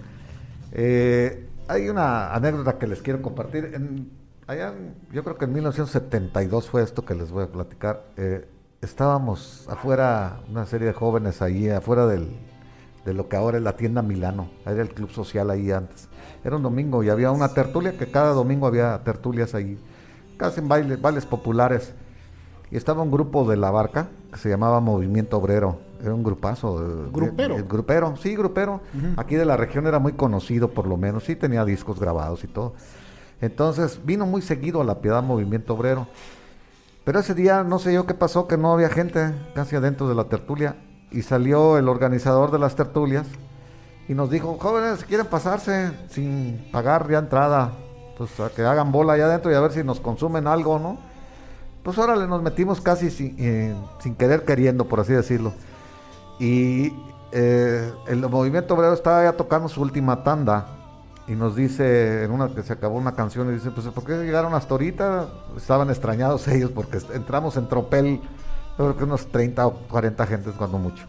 S2: Hay una anécdota que les quiero compartir. Yo creo que en 1972 fue esto que les voy a platicar. Estábamos afuera, una serie de jóvenes ahí, afuera de lo que ahora es la tienda Milano. Era el club social ahí antes. Era un domingo y había una tertulia, que cada domingo había tertulias ahí, casi en bailes populares. Y estaba un grupo de La Barca que se llamaba Movimiento Obrero. Era un grupazo.
S3: ¿Grupero?
S2: Grupero, sí, grupero. Uh-huh. Aquí de la región era muy conocido, por lo menos. Sí tenía discos grabados y todo. Entonces vino muy seguido a La Piedad Movimiento Obrero. Pero ese día no sé yo qué pasó, que no había gente casi adentro de la tertulia. Y salió el organizador de las tertulias y nos dijo: jóvenes, quieren pasarse sin pagar ya entrada, pues a que hagan bola allá adentro y a ver si nos consumen algo, ¿no? Pues órale, nos metimos casi sin querer queriendo, por así decirlo. Y el Movimiento Obrero estaba ya tocando su última tanda y nos dice, en una que se acabó una canción, y dice: pues ¿por qué llegaron hasta ahorita? Estaban extrañados ellos porque entramos en tropel, creo que unos 30 o 40 gentes cuando mucho.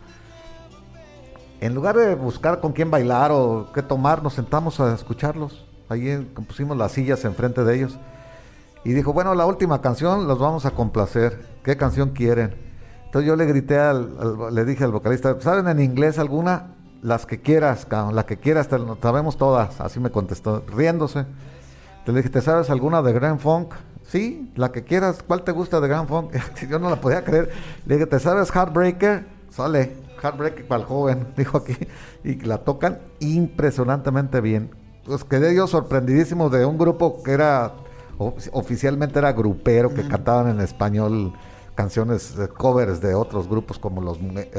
S2: En lugar de buscar con quién bailar o qué tomar, nos sentamos a escucharlos. Ahí pusimos las sillas enfrente de ellos. Y dijo: bueno, la última canción los vamos a complacer. ¿Qué canción quieren? Entonces yo le grité, le dije al vocalista: ¿saben en inglés alguna? Las que quieras, la que quieras, sabemos todas. Así me contestó, riéndose. Entonces le dije: ¿te sabes alguna de Grand Funk? Sí, la que quieras. ¿Cuál te gusta de Grand Funk? Yo no la podía creer. Le dije: ¿te sabes Heartbreaker? Sale, Heartbreaker para el joven, dijo aquí. Y la tocan impresionantemente bien. Pues quedé yo sorprendidísimo de un grupo que era, oficialmente era grupero, que cantaban en español canciones, covers de otros grupos como los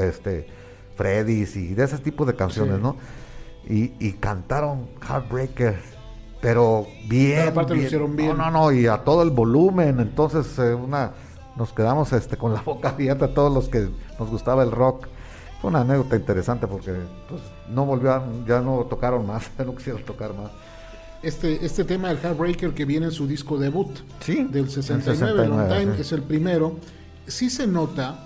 S2: Freddy's y de ese tipo de canciones, sí, ¿no? Y cantaron Heartbreaker, pero bien. Pero
S3: aparte bien. Lo hicieron bien.
S2: No, y a todo el volumen. Entonces nos quedamos con la boca abierta todos los que nos gustaba el rock. Fue una anécdota interesante porque pues, ya no tocaron más, ya no quisieron tocar más.
S3: Este tema del Heartbreaker, que viene en su disco debut,
S2: sí,
S3: del 69, Long Time, sí, es el primero. Sí se nota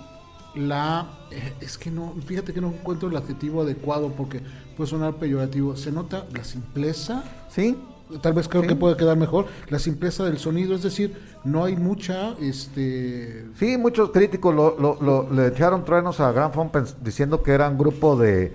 S3: es que no, fíjate que no encuentro el adjetivo adecuado porque puede sonar peyorativo. Se nota la simpleza.
S2: Sí.
S3: Tal vez creo que puede quedar mejor la simpleza del sonido, es decir, no hay mucha
S2: Sí, muchos críticos le echaron truenos a Grand Funk diciendo que era un grupo de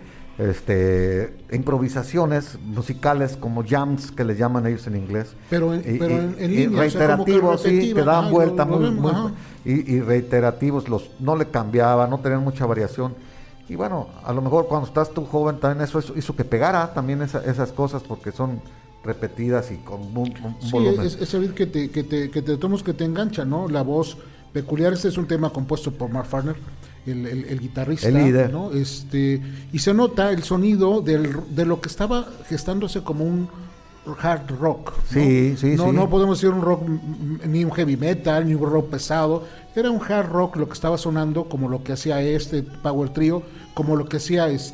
S2: improvisaciones musicales, como jams, que le llaman ellos en inglés,
S3: pero en línea,
S2: reiterativos, sí, que daban vuelta y reiterativos, no le cambiaba, no tenían mucha variación. Y bueno, a lo mejor cuando estás tú joven también eso hizo que pegara también esas cosas, porque son repetidas y con un volumen.
S3: Es saber que te tomas, que te engancha, ¿no? La voz peculiar. Este es un tema compuesto por Mark Farner, el guitarrista,
S2: el líder,
S3: ¿no? Y se nota el sonido de lo que estaba gestándose como un hard rock, ¿no?
S2: Sí.
S3: No podemos decir un rock, ni un heavy metal, ni un rock pesado. Era un hard rock lo que estaba sonando, como lo que hacía Power Trio, como lo que hacía ahí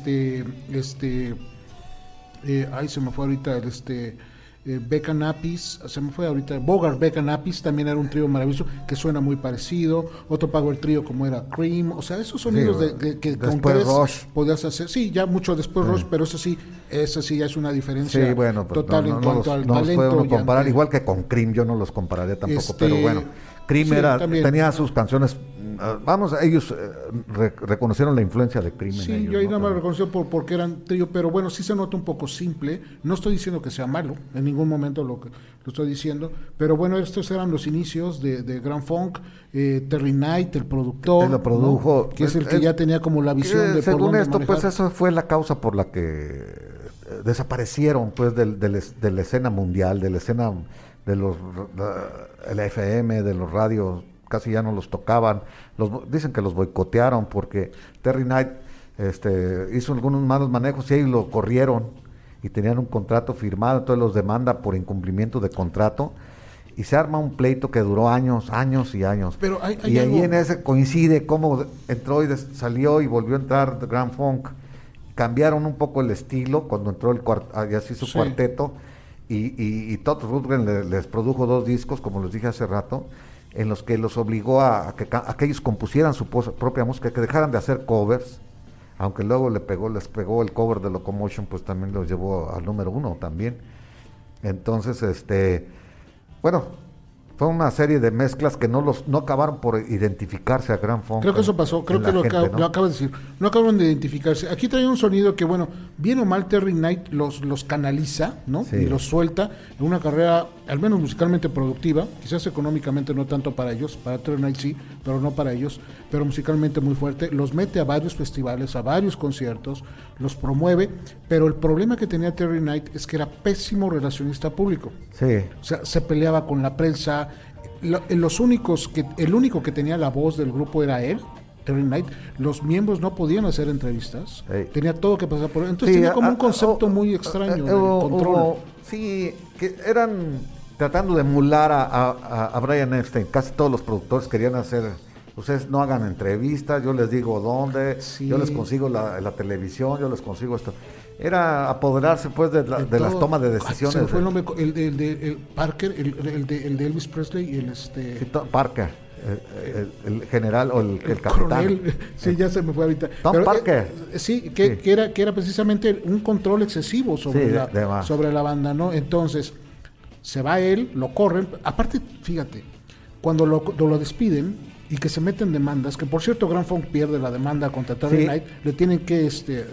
S3: se me fue ahorita Becca Napis, se me fue ahorita Bogart Becca Napis, también era un trío maravilloso que suena muy parecido. Otro Power Trio como era Cream, o sea, esos sonidos que con tres
S2: Rush
S3: podías hacer, sí, ya mucho después Rush, pero eso sí ya es una diferencia,
S2: sí, bueno,
S3: total en cuanto al talento.
S2: No los comparar, igual que con Cream, yo no los compararía tampoco, pero bueno, Cream sí, tenía sus canciones. Ellos reconocieron la influencia de Cream.
S3: Sí,
S2: ellos,
S3: yo ahí nada más reconoció porque eran trío, pero bueno, sí se nota un poco simple. No estoy diciendo que sea malo, en ningún momento lo estoy diciendo, pero bueno, estos eran los inicios de Grand Funk. Terry Knight, el productor,
S2: lo produjo,
S3: ¿no? Que es el que ya tenía como la visión de
S2: según
S3: por dónde
S2: esto,
S3: manejar.
S2: pues eso fue la causa por la que desaparecieron, pues, de la escena mundial, de la escena de el FM, de los radios. Casi ya no los tocaban, dicen que los boicotearon porque Terry Knight hizo algunos malos manejos y ahí lo corrieron y tenían un contrato firmado, entonces los demanda por incumplimiento de contrato y se arma un pleito que duró años y años.
S3: Pero hay
S2: y
S3: algo...
S2: ahí en ese coincide cómo entró y salió y volvió a entrar The Grand Funk. Cambiaron un poco el estilo cuando entró ya se hizo cuarteto y Todd Rundgren les produjo 2 discos, como les dije hace rato, en los que los obligó a que ellos compusieran su propia música, que dejaran de hacer covers, aunque luego les pegó el cover de Locomotion, pues también los llevó al número 1 también. Entonces, bueno, fue una serie de mezclas que no acabaron por identificarse a Grand Funk.
S3: Creo que eso pasó, creo que lo acabas de decir. No acabaron de identificarse. Aquí trae un sonido que, bueno, bien o mal Terry Knight los canaliza, ¿no? Sí. Y los suelta en una carrera, al menos musicalmente productiva, quizás económicamente no tanto para ellos, para Terry Knight sí, pero no para ellos, pero musicalmente muy fuerte. Los mete a varios festivales, a varios conciertos, los promueve, pero el problema que tenía Terry Knight es que era pésimo relacionista público.
S2: Sí.
S3: O sea, se peleaba con la prensa. El único que tenía la voz del grupo era él, Terry Knight. Los miembros no podían hacer entrevistas. Sí. Tenía todo que pasar por él. Entonces tenía como un concepto muy extraño del control.
S2: Sí, que eran tratando de emular a Brian Epstein. Casi todos los productores querían hacer... Ustedes no hagan entrevistas, yo les digo dónde, sí. Yo les consigo la televisión, yo les consigo esto. Era apoderarse pues de las tomas de decisiones.
S3: Se fue el nombre, el de Parker, el de Elvis Presley y el
S2: Sí, Parker, el general o el capitán.
S3: Coronel, sí, ya se me fue ahorita.
S2: Tom Parker.
S3: Que era precisamente un control excesivo sobre la banda, ¿no? Entonces, se va él, lo corren. Aparte, fíjate, cuando lo despiden y que se meten demandas, que por cierto Grand Funk pierde la demanda contra Terry Knight, le tienen que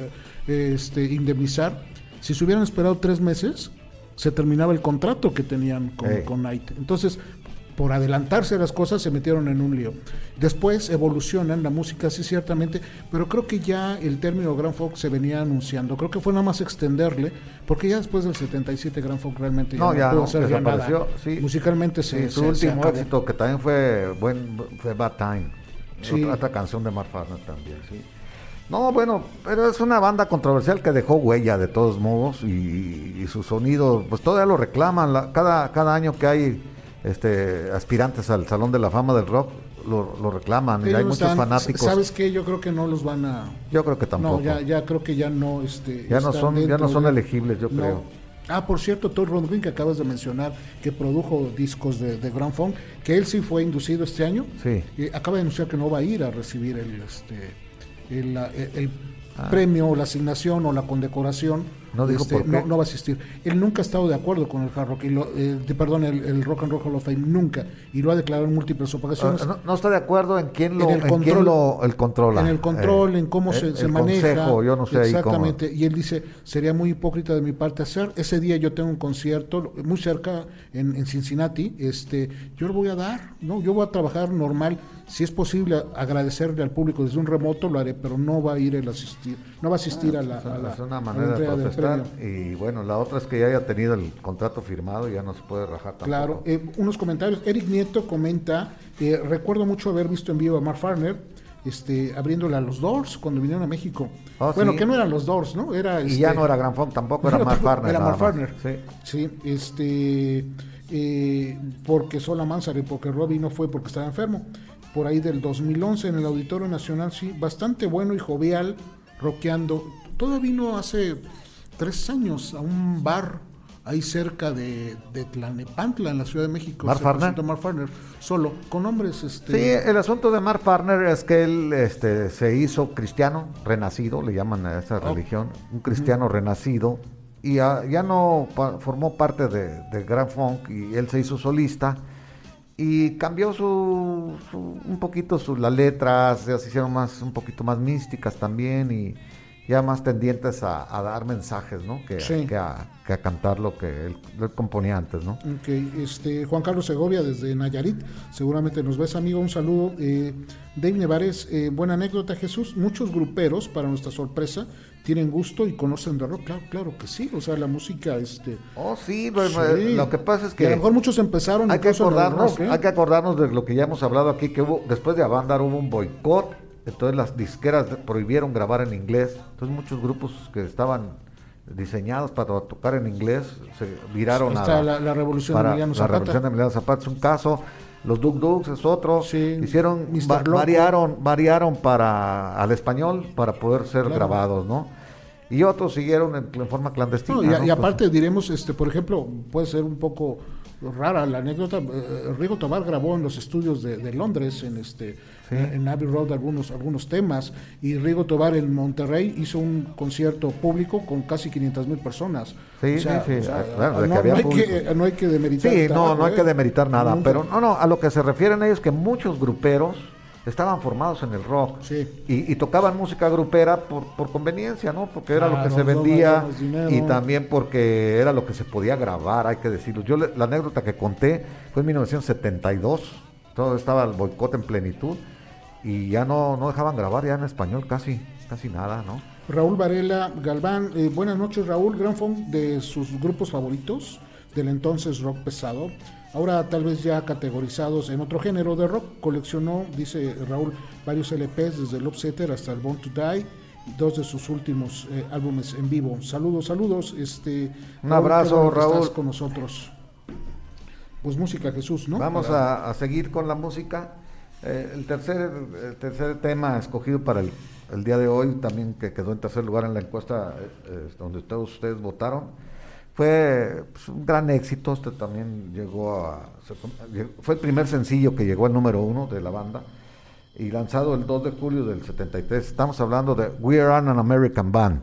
S3: indemnizar. Si se hubieran esperado 3 meses, se terminaba el contrato que tenían con Knight. Entonces, por adelantarse a las cosas, se metieron en un lío. Después evolucionan la música, sí, ciertamente, pero creo que ya el término Grand Funk se venía anunciando. Creo que fue nada más extenderle, porque ya después del 77 Grand Funk realmente ya no pudo hacer ya nada. Sí. Musicalmente
S2: su último éxito, que también fue Bad Time. Sí. Otra canción de Mark Farner también, sí. No, bueno, pero es una banda controversial que dejó huella de todos modos y su sonido, pues todavía lo reclaman. Cada año que hay aspirantes al Salón de la Fama del Rock lo reclaman. Y hay muchos fanáticos.
S3: ¿Sabes qué? Yo creo que no los van a...
S2: Yo creo que tampoco.
S3: No, ya creo que ya no...
S2: ya no son elegibles, yo creo.
S3: Por cierto, Todd Rundgren, que acabas de mencionar, que produjo discos de Grand Funk, que él sí fue inducido este año.
S2: Sí.
S3: Acaba de anunciar que no va a ir a recibir el premio o la asignación o la condecoración.
S2: No dijo por qué.
S3: No va a asistir. Él nunca ha estado de acuerdo con el hard rock, el Rock and Roll Hall of Fame, nunca, y lo ha declarado en múltiples ocasiones.
S2: No está de acuerdo en quién controla.
S3: En el control, en cómo se maneja.
S2: Consejo, yo no sé
S3: exactamente.
S2: Ahí cómo.
S3: Y él dice, sería muy hipócrita de mi parte hacer. Ese día yo tengo un concierto muy cerca en Cincinnati. Yo lo voy a dar, ¿no? Yo voy a trabajar normal. Si es posible agradecerle al público desde un remoto, lo haré, pero no va a ir no va a asistir a la
S2: es una manera de protestar. Y bueno, la otra es que ya haya tenido el contrato firmado y ya no se puede rajar tampoco.
S3: Claro, unos comentarios. Eric Nieto comenta, recuerdo mucho haber visto en vivo a Mark Farner, abriéndole a los Doors cuando vinieron a México. Bueno, sí. Que no eran los Doors, ¿no?
S2: Y ya no era Grand Funk, tampoco era Mark Farner.
S3: Era Mark Farner.
S2: Sí.
S3: Porque Sola Manzarek, porque Robbie no fue porque estaba enfermo. Por ahí del 2011 en el Auditorio Nacional, sí, bastante bueno y jovial, rockeando. Todo vino hace 3 años a un bar ahí cerca de Tlalnepantla, en la Ciudad de México.
S2: Mark
S3: Farner, solo, con hombres.
S2: Sí, el asunto de Mark Farner es que él se hizo cristiano renacido, le llaman a esa religión, un cristiano renacido, y ya no formó parte de Grand Funk, y él se hizo solista. Y cambió un poquito las letras, ya se hicieron un poquito más místicas también, y ya más tendientes a dar mensajes, ¿no? Que a cantar lo que él componía antes, ¿no?
S3: Okay. Juan Carlos Segovia desde Nayarit, seguramente nos ves, amigo, un saludo. Dave Nevares, buena anécdota, Jesús. Muchos gruperos, para nuestra sorpresa, tienen gusto y conocen de rock. Claro que sí, o sea, la música
S2: sí, lo que pasa es que
S3: y a lo mejor muchos empezaron.
S2: Hay que acordarnos de lo que ya hemos hablado aquí, que después de Avandar hubo un boicot, entonces las disqueras prohibieron grabar en inglés, entonces muchos grupos que estaban diseñados para tocar en inglés se viraron
S3: la revolución de Emiliano Zapata.
S2: La revolución de Emiliano Zapata es un caso. Los Duk Duks es otro.
S3: Sí,
S2: variaron al español para poder ser grabados, ¿no? Y otros siguieron en forma clandestina.
S3: Y aparte diremos, por ejemplo, puede ser un poco rara la anécdota. Rigo Tobar grabó en los estudios de Londres, en Abbey Road, algunos temas, y Rigo Tobar en Monterrey hizo un concierto público con casi 500,000 personas.
S2: Sí, claro,
S3: no hay que demeritar.
S2: Sí, no hay que demeritar nada, nunca. Pero no, a lo que se refieren ellos, que muchos gruperos estaban formados en el rock,
S3: sí.
S2: y tocaban música grupera por conveniencia, ¿no? Porque era lo que se vendía, y también porque era lo que se podía grabar, hay que decirlo. Yo la anécdota que conté fue en 1972, todo estaba el boicot en plenitud, y ya no dejaban grabar ya en español casi nada, ¿no?
S3: Raúl Varela Galván, buenas noches Raúl, gran fan de sus grupos favoritos del entonces rock pesado, ahora tal vez ya categorizados en otro género de rock. Coleccionó, dice Raúl, varios LPs desde el Upsetter hasta el Born to Die, y 2 de sus últimos álbumes en vivo. Saludos.
S2: Un abrazo, Raúl.
S3: Estás con nosotros. Pues música, Jesús, ¿no?
S2: Vamos a seguir con la música. El tercer tema escogido para el día de hoy, también que quedó en tercer lugar en la encuesta donde todos ustedes votaron, fue un gran éxito. También fue el primer sencillo que llegó al número 1 de la banda, y lanzado el 2 de julio del 73. Estamos hablando de We Are an American Band.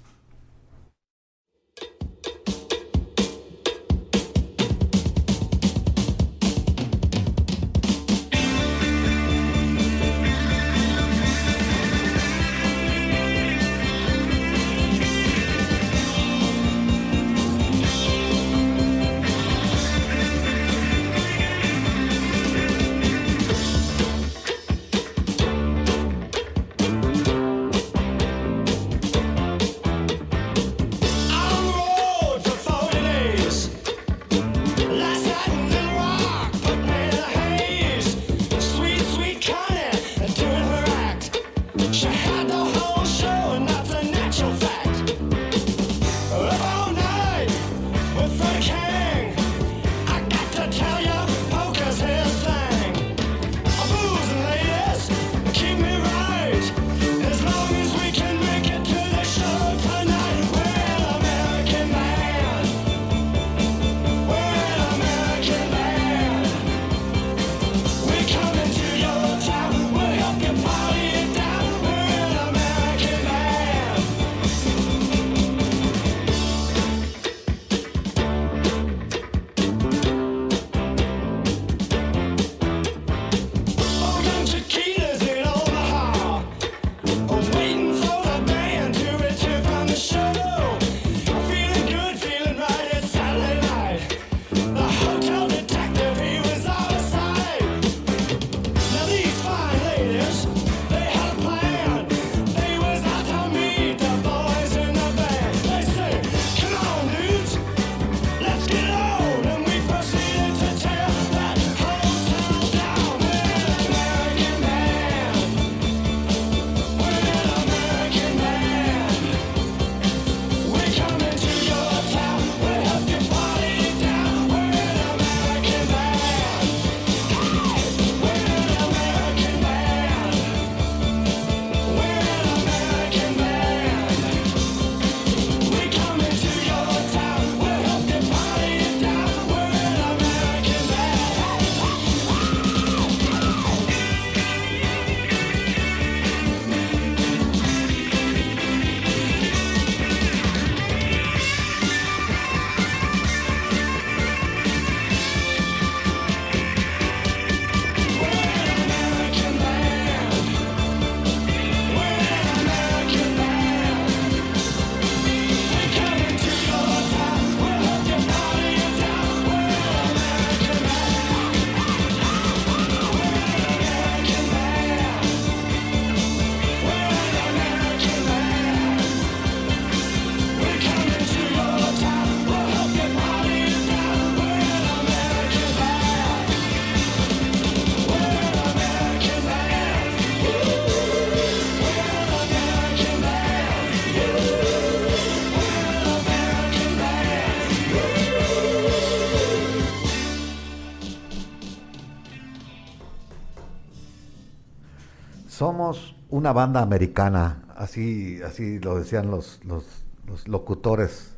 S2: Somos una banda americana, así lo decían los locutores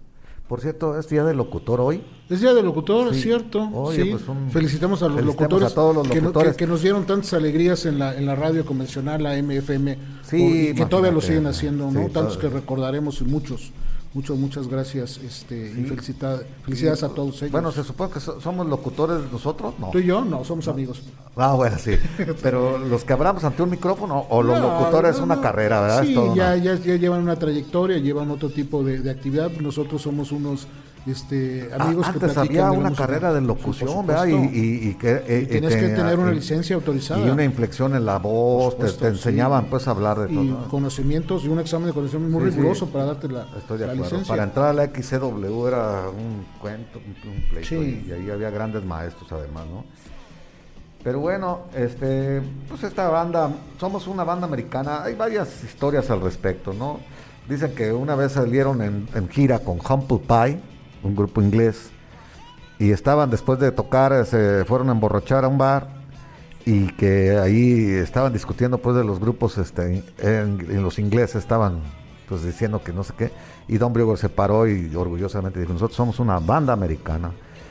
S2: Por cierto, ¿es día del locutor hoy?
S3: Es día del locutor,
S2: sí.
S3: Es cierto.
S2: Oye,
S3: sí.
S2: Pues
S3: felicitamos a los locutores,
S2: a todos los locutores.
S3: Que nos dieron tantas alegrías en la radio convencional, la MFM,
S2: sí,
S3: y que todavía lo siguen haciendo, ¿no?
S2: Sí,
S3: tantos que recordaremos y muchas gracias, y felicidades a todos ellos.
S2: Bueno, se supone que somos locutores nosotros, ¿no?
S3: Tú y yo, no, somos amigos.
S2: Ah, bueno, sí. Pero los que hablamos ante un micrófono o los locutores es una carrera, ¿verdad?
S3: Sí, ya llevan una trayectoria, llevan otro tipo de actividad. Nosotros somos unos amigos que
S2: antes había una carrera de locución, ¿verdad? Y
S3: tenías que tener una licencia autorizada.
S2: Y una inflexión en la voz, te enseñaban pues a hablar de todo.
S3: Y conocimientos, y un examen de conocimiento muy riguroso para darte la licencia.
S2: Para entrar a la XCW era un cuento, un pleito, y ahí había grandes maestros además, ¿no? Pero bueno, pues esta banda, somos una banda americana, hay varias historias al respecto, ¿no? Dicen que una vez salieron en gira con Humble Pie, un grupo inglés, y estaban después de tocar, se fueron a emborrachar a un bar, y que ahí estaban discutiendo pues de los grupos, en los ingleses estaban pues diciendo que no sé qué, y Don Brewer se paró y orgullosamente dijo, nosotros somos una banda americana.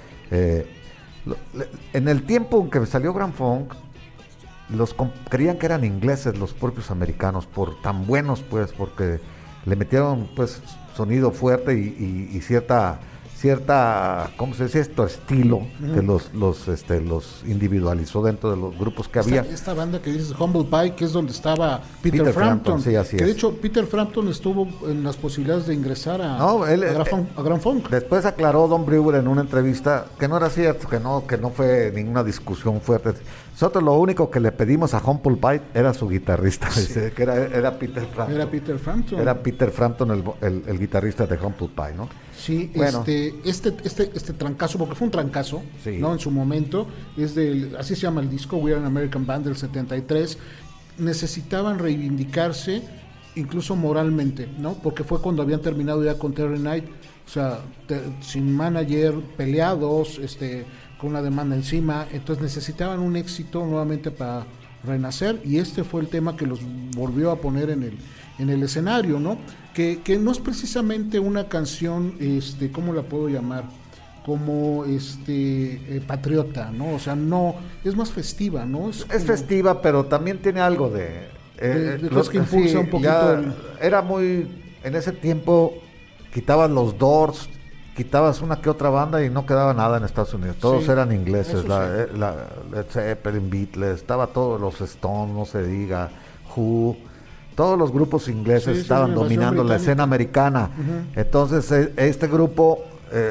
S2: En el tiempo en que salió Grand Funk, creían que eran ingleses los propios americanos, por tan buenos pues, porque le metieron pues sonido fuerte y cierta, ¿cómo se dice esto? Estilo que los individualizó dentro de los grupos que había.
S3: Esta banda que dices Humble Pie, que es donde estaba Peter Frampton,
S2: sí, así
S3: que
S2: es.
S3: De hecho Peter Frampton estuvo en las posibilidades de ingresar a Grand Funk.
S2: Después aclaró Don Brewer en una entrevista que no era cierto, que no fue ninguna discusión fuerte. Nosotros lo único que le pedimos a Humble Pie era su guitarrista, dice, que era Peter Frampton.
S3: Era Peter Frampton.
S2: Era Peter Frampton el guitarrista de Humble Pie, ¿no?
S3: Sí, bueno. Este trancazo, porque fue un trancazo,
S2: sí,
S3: ¿no? En su momento, así se llama el disco, We Are an American Band del 73, necesitaban reivindicarse incluso moralmente, ¿no? Porque fue cuando habían terminado ya con Terry Knight, o sea, sin manager, peleados, con una demanda encima, entonces necesitaban un éxito nuevamente para renacer, y este fue el tema que los volvió a poner en el escenario, ¿no? Que no es precisamente una canción, ¿cómo la puedo llamar? Como patriota, ¿no? O sea, no, es más festiva, ¿no? Es
S2: festiva, pero también tiene algo de
S3: los que impulsa un poquito.
S2: Era muy, en ese tiempo quitaban los Doors, quitabas una que otra banda y no quedaba nada en Estados Unidos, todos eran ingleses, Led Zeppelin, Beatles, estaba todos los Stones, no se diga, Who, todos los grupos ingleses estaban dominando la escena americana. Entonces este grupo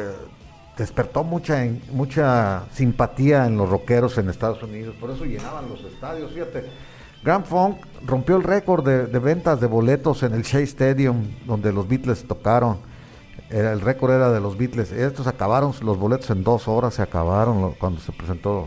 S2: despertó mucha simpatía en los rockeros en Estados Unidos, por eso llenaban los estadios. Fíjate, Grand Funk rompió el récord de ventas de boletos en el Shea Stadium, donde los Beatles tocaron. El récord era de los Beatles. Estos acabaron los boletos en 2 horas, se acabaron cuando se presentó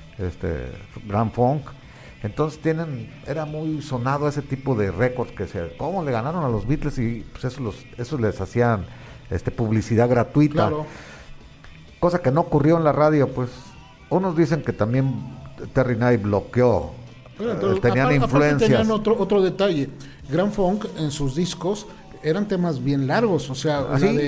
S2: Grand Funk. Entonces era muy sonado ese tipo de récords cómo le ganaron a los Beatles, y pues eso les hacían publicidad gratuita. Claro. Cosa que no ocurrió en la radio, pues. Unos dicen que también Terry Knight bloqueó, tenían influencias.
S3: Tenían otro detalle. Grand Funk en sus discos eran temas bien largos, o sea,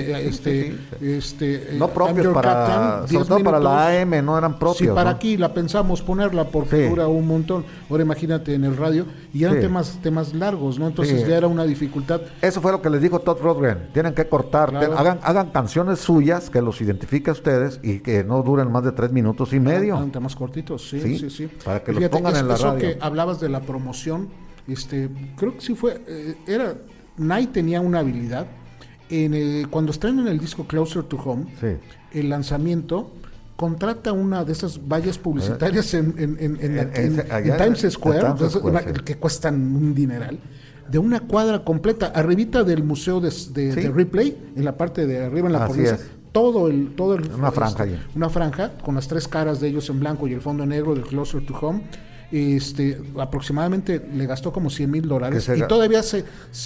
S2: no propios sobre todo para la AM, no eran propios.
S3: Si para
S2: ¿no?
S3: Aquí la pensamos ponerla porque dura un montón, ahora imagínate en el radio, y eran temas largos, ¿no? Entonces ya era una dificultad.
S2: Eso fue lo que les dijo Todd Rundgren, tienen que cortar,
S3: claro.
S2: hagan canciones suyas que los identifique a ustedes y que no duren más de 3 minutos y medio.
S3: Eran temas cortitos, sí.
S2: Para que los pongan en la radio.
S3: Eso que hablabas de la promoción, creo que sí fue, Knight tenía una habilidad cuando estrenan el disco Closer to Home, el lanzamiento, contrata una de esas vallas publicitarias en Times Square, que cuestan un dineral, de una cuadra completa, arribita del museo de Ripley, en la parte de arriba en la cornisa, todo el
S2: una franja
S3: una franja con las 3 caras de ellos en blanco y el fondo negro del Closer to Home. aproximadamente le gastó como $100,000 y todavía se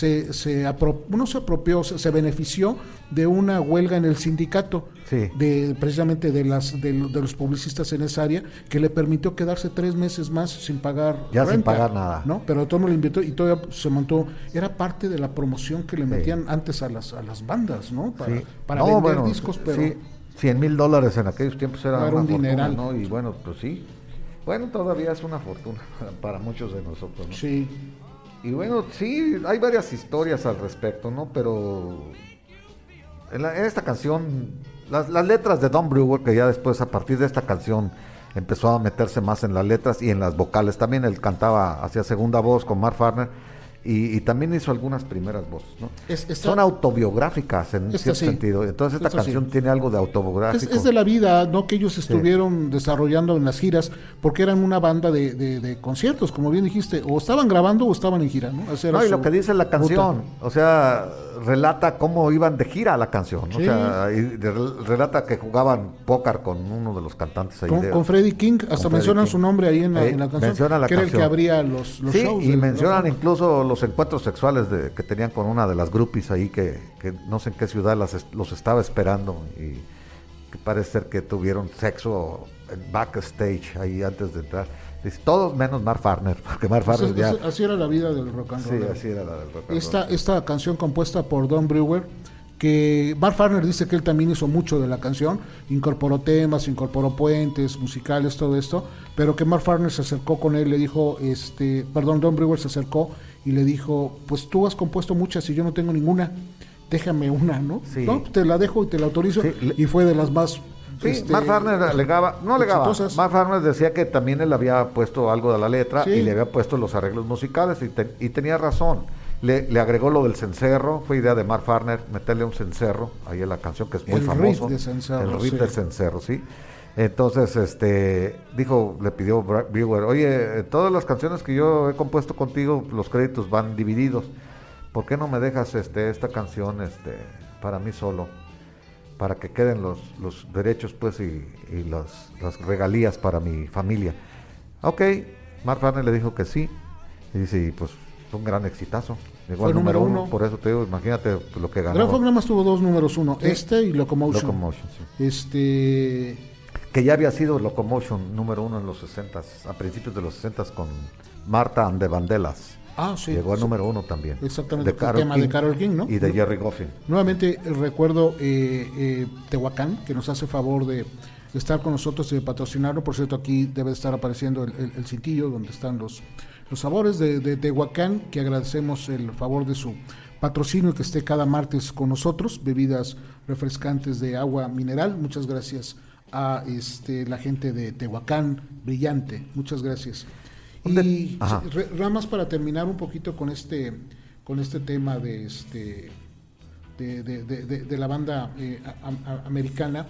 S3: benefició de una huelga en el sindicato, precisamente de los publicistas en esa área, que le permitió quedarse 3 meses más sin pagar renta,
S2: sin pagar nada,
S3: ¿no? Pero todo lo invirtió y todavía se montó, era parte de la promoción que le metían antes a las bandas, ¿no? Para vender discos, pero
S2: $100,000 en aquellos tiempos era
S3: un dineral,
S2: ¿no? Y bueno, pues sí. Bueno, todavía es una fortuna para muchos de nosotros, ¿no?
S3: Sí.
S2: Y bueno, sí, hay varias historias al respecto, ¿no? Pero en esta canción, las letras de Don Brewer, que ya después a partir de esta canción empezó a meterse más en las letras y en las vocales. También él cantaba, hacía segunda voz con Mark Farner. Y también hizo algunas primeras voces, ¿no? Son autobiográficas en cierto sentido. Entonces esta canción tiene algo de autobiográfico.
S3: Es de la vida, ¿no? Que ellos estuvieron desarrollando en las giras, porque eran una banda de conciertos, como bien dijiste, o estaban grabando o estaban en gira, ¿no?
S2: Y lo que dice la canción, o sea, relata cómo iban de gira a la canción, ¿no? O sea, relata que jugaban póker con uno de los cantantes ahí.
S3: Con Freddie King, hasta mencionan su nombre ahí en la canción, que era el que abría los shows.
S2: Y mencionan incluso los encuentros sexuales que tenían con una de las groupies ahí que no sé en qué ciudad los estaba esperando y que parece ser que tuvieron sexo en backstage ahí antes de entrar. Dice, todos menos Mark Farner, porque Mark Farner
S3: así era la vida del rock and roll.
S2: Sí, así era la del rock and roll.
S3: Esta canción compuesta por Don Brewer, que Mark Farner dice que él también hizo mucho de la canción, incorporó temas, incorporó puentes musicales, todo esto, pero que Mark Farner se acercó con él, le dijo, Don Brewer se acercó y le dijo, pues tú has compuesto muchas y yo no tengo ninguna, déjame una, ¿no?
S2: Sí.
S3: No, te la dejo y te la autorizo, y fue de las más...
S2: Mark Farner Mark Farner decía que también él había puesto algo de la letra y le había puesto los arreglos musicales y tenía razón. Le agregó lo del cencerro, fue idea de Mark Farner meterle un cencerro ahí en la canción, que es muy famoso. El riff del cencerro, sí. Entonces, le pidió Brewer, oye, todas las canciones que yo he compuesto contigo, los créditos van divididos. ¿Por qué no me dejas esta canción para mí solo? Para que queden los derechos, pues, y las regalías para mi familia. Ok, Mark Farner le dijo que sí. Y dice, pues, fue un gran exitazo. Llegó al número uno. Por eso te digo, imagínate lo que ganó.
S3: Grand Funk nada más tuvo 2 números 1, y Locomotion.
S2: Sí. Que ya había sido Locomotion número 1 en los 60s, a principios de los 60s con Martha and the Vandellas.
S3: Sí.
S2: Llegó al número 1 también.
S3: Exactamente, el tema de Carole King, ¿no?
S2: Y de Jerry Goffin.
S3: Nuevamente recuerdo Tehuacán, que nos hace favor de estar con nosotros y de patrocinarlo. Por cierto, aquí debe estar apareciendo el cintillo donde están los sabores de Tehuacán, que agradecemos el favor de su patrocinio y que esté cada martes con nosotros. Bebidas refrescantes de agua mineral. Muchas gracias a la gente de Tehuacán, brillante. Muchas gracias. Y ramas para terminar un poquito con este tema de la banda americana.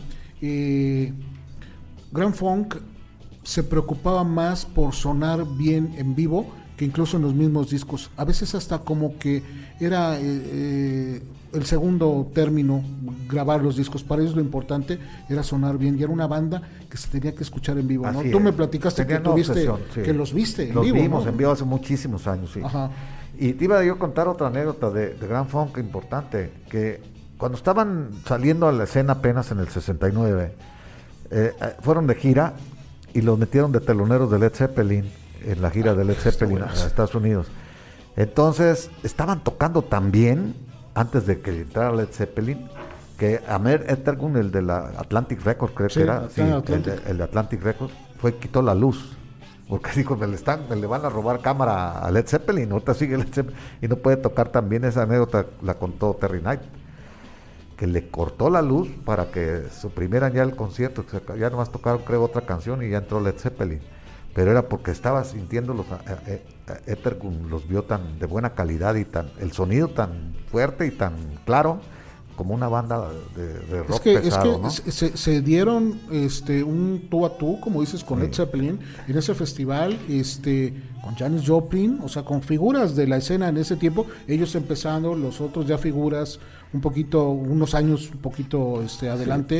S3: Grand Funk se preocupaba más por sonar bien en vivo que incluso en los mismos discos. A veces hasta como que era el segundo término grabar los discos. Para ellos lo importante era sonar bien, y era una banda que se tenía que escuchar en vivo, ¿no? Tú me platicaste que que los viste en vivo.
S2: Los vimos en vivo hace muchísimos años, sí.
S3: Ajá.
S2: Y te iba yo a contar otra anécdota de Grand Funk importante, que cuando estaban saliendo a la escena apenas en el 69, fueron de gira y los metieron de teloneros de Led Zeppelin, en la gira de Led Zeppelin a Estados Unidos. Entonces, estaban tocando tan bien, antes de que entrara Led Zeppelin, que Amer Etergun, el de la Atlantic Records, creo que era, el de Atlantic Records, quitó la luz, porque dijo, le van a robar cámara a Led Zeppelin, ahorita sigue Led Zeppelin, y no puede tocar tan bien. Esa anécdota la contó Terry Knight, que le cortó la luz para que suprimieran ya el concierto, que ya nomás tocaron, creo, otra canción y ya entró Led Zeppelin. Pero era porque estaba sintiendo Etergun los vio tan de buena calidad y el sonido tan fuerte y tan claro como una banda de rock pesado, ¿no?
S3: Se dieron un tú a tú, como dices, con Led Zeppelin en ese festival, con Janis Joplin, o sea, con figuras de la escena en ese tiempo, ellos empezando, los otros ya figuras unos años un poquito adelante.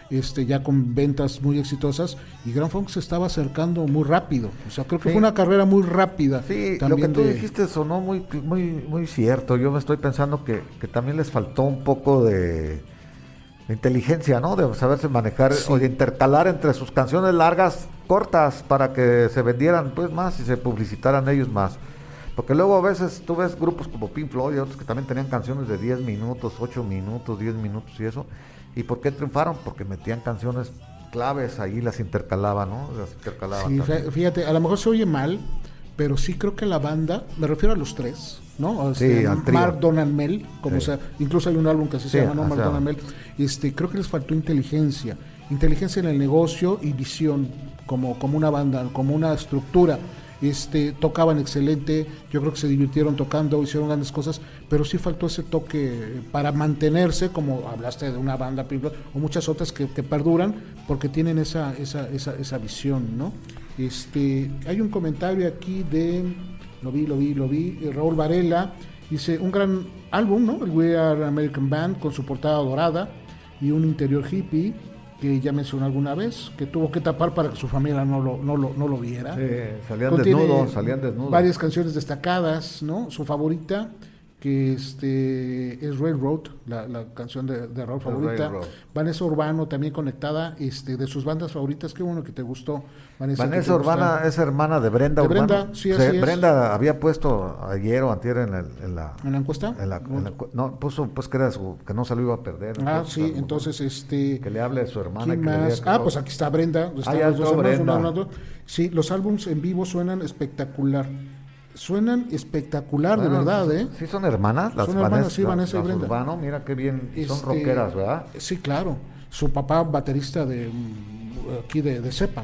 S3: ya con ventas muy exitosas, y Grand Funk se estaba acercando muy rápido. O sea, creo que fue una carrera muy rápida.
S2: Sí, también lo que tú dijiste sonó muy, muy, muy cierto. Yo me estoy pensando que también les faltó un poco de inteligencia, ¿no? De saberse manejar o de intercalar entre sus canciones largas, cortas, para que se vendieran pues más y se publicitaran ellos más. Porque luego a veces tú ves grupos como Pink Floyd y otros que también tenían canciones de 10 minutos, 8 minutos, 10 minutos y eso. ¿Y por qué triunfaron? Porque metían canciones claves ahí, las intercalaban, ¿no? Las intercalaban.
S3: Sí, fíjate, a lo mejor se oye mal, pero sí creo que la banda, me refiero a los tres, ¿no?
S2: Sí,
S3: Mark, Donald, Mel, como sea, incluso hay un álbum que así se llama, ¿no? Mark, Donald, Mel. Creo que les faltó inteligencia en el negocio y visión como una banda, como una estructura. Tocaban excelente, yo creo que se divirtieron tocando, hicieron grandes cosas, pero sí faltó ese toque para mantenerse, como hablaste de una banda o muchas otras que perduran porque tienen esa visión, ¿no? Hay un comentario aquí de lo vi, Raúl Varela dice, un gran álbum, ¿no? El We Are American Band, con su portada dorada y un interior hippie, que ya mencionó alguna vez, que tuvo que tapar para que su familia no lo viera.
S2: Sí, salían desnudos.
S3: Varias canciones destacadas, ¿no? Su favorita, que es Railroad, la canción de Raúl favorita. Railroad. Vanessa Urbano, también conectada, de sus bandas favoritas. Qué bueno que te gustó,
S2: Vanessa Urbana es hermana de Brenda Urbano.
S3: Brenda, sí, así es.
S2: Brenda había puesto ayer o antier en la
S3: encuesta.
S2: No, puso pues que no se lo iba a perder.
S3: Sí, entonces
S2: que le hable a su hermana.
S3: ¿Quién más? Pues aquí está Brenda.
S2: Ya está Brenda.
S3: Sí, los álbumes en vivo suenan espectacular. De verdad, ¿eh?
S2: Sí, son hermanas,
S3: son hermanas, sí, Vanessa y Brenda.
S2: Urbano, mira qué bien, son rockeras, ¿verdad?
S3: Sí, claro. Su papá, baterista de aquí de Cepa.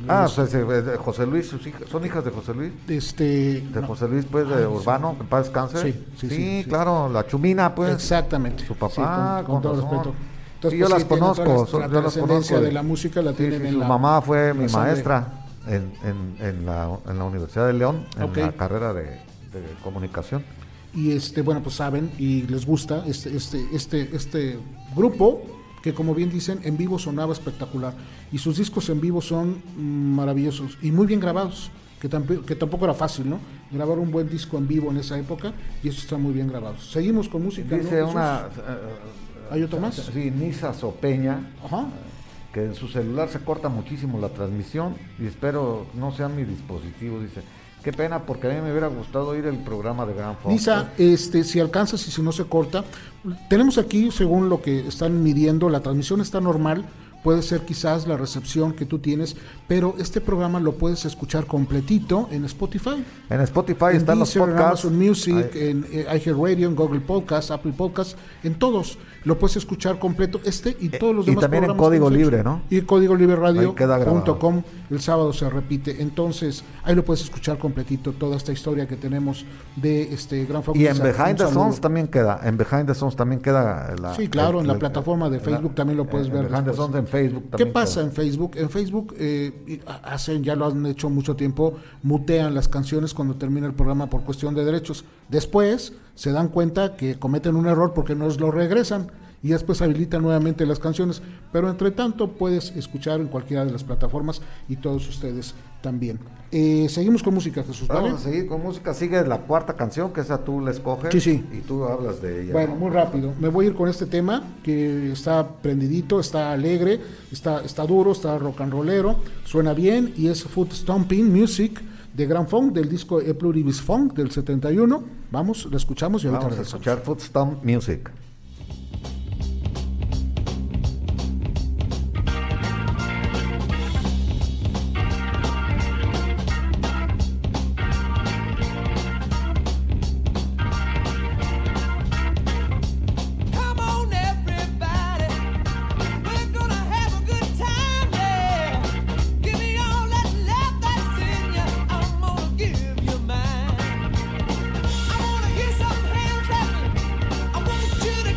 S2: José Luis, sus hijas, ¿son hijas de José Luis? José Luis, pues, de Urbano, que en paz descanse. Sí, claro, la Chumina, pues.
S3: Exactamente.
S2: Su papá,
S3: con todo respeto.
S2: Entonces, yo las conozco.
S3: La trascendencia de la música la tienen en
S2: su mamá fue mi maestra. En la Universidad de León, en la carrera de comunicación.
S3: Y bueno, pues saben y les gusta este grupo que, como bien dicen, en vivo sonaba espectacular, y sus discos en vivo son maravillosos y muy bien grabados, que tampoco era fácil, ¿no? Grabar un buen disco en vivo en esa época, y eso está muy bien grabado. Seguimos con música.
S2: Dice,
S3: ¿no? ¿Hay otro más?
S2: Sí, Nisa Sopeña. Ajá. Que en su celular se corta muchísimo la transmisión y espero no sea mi dispositivo, dice. Qué pena, porque a mí me hubiera gustado oír el programa de Grand Funk.
S3: Nisa, si alcanzas y si no se corta, tenemos aquí, según lo que están midiendo, la transmisión está normal, puede ser quizás la recepción que tú tienes, pero este programa lo puedes escuchar completito en Spotify.
S2: En Spotify están los podcasts.
S3: En Amazon Music, en iHeartRadio, en Google Podcasts, Apple Podcasts, en todos. Lo puedes escuchar completo, y todos los demás programas.
S2: Y también en Código Libre, ¿no?
S3: Y códigolibreradio.com, el sábado se repite. Entonces, ahí lo puedes escuchar completito, toda esta historia que tenemos de Grand Funk.
S2: Y en Behind the Songs también queda.
S3: Sí, claro, en la plataforma de Facebook también lo puedes ver.
S2: Behind the Songs en Facebook también.
S3: ¿Qué pasa en Facebook? En Facebook ya lo han hecho mucho tiempo, mutean las canciones cuando termina el programa por cuestión de derechos. Después se dan cuenta que cometen un error porque nos lo regresan y después habilitan nuevamente las canciones, pero entre tanto puedes escuchar en cualquiera de las plataformas y todos ustedes también. Seguimos con música, Jesús, ¿vale?
S2: Vamos a seguir con música, sigue la cuarta canción, que esa tú la escoges.
S3: Sí.
S2: Y tú hablas de ella.
S3: Bueno, muy rápido, me voy a ir con este tema que está prendidito, está alegre, está duro, está rock and rollero, suena bien, y es Foot Stomping Music de Grand Funk, del disco E Pluribus Funk del 71. Vamos, la escuchamos y ahorita
S2: vamos a escuchar Foot Stomp Music.
S4: To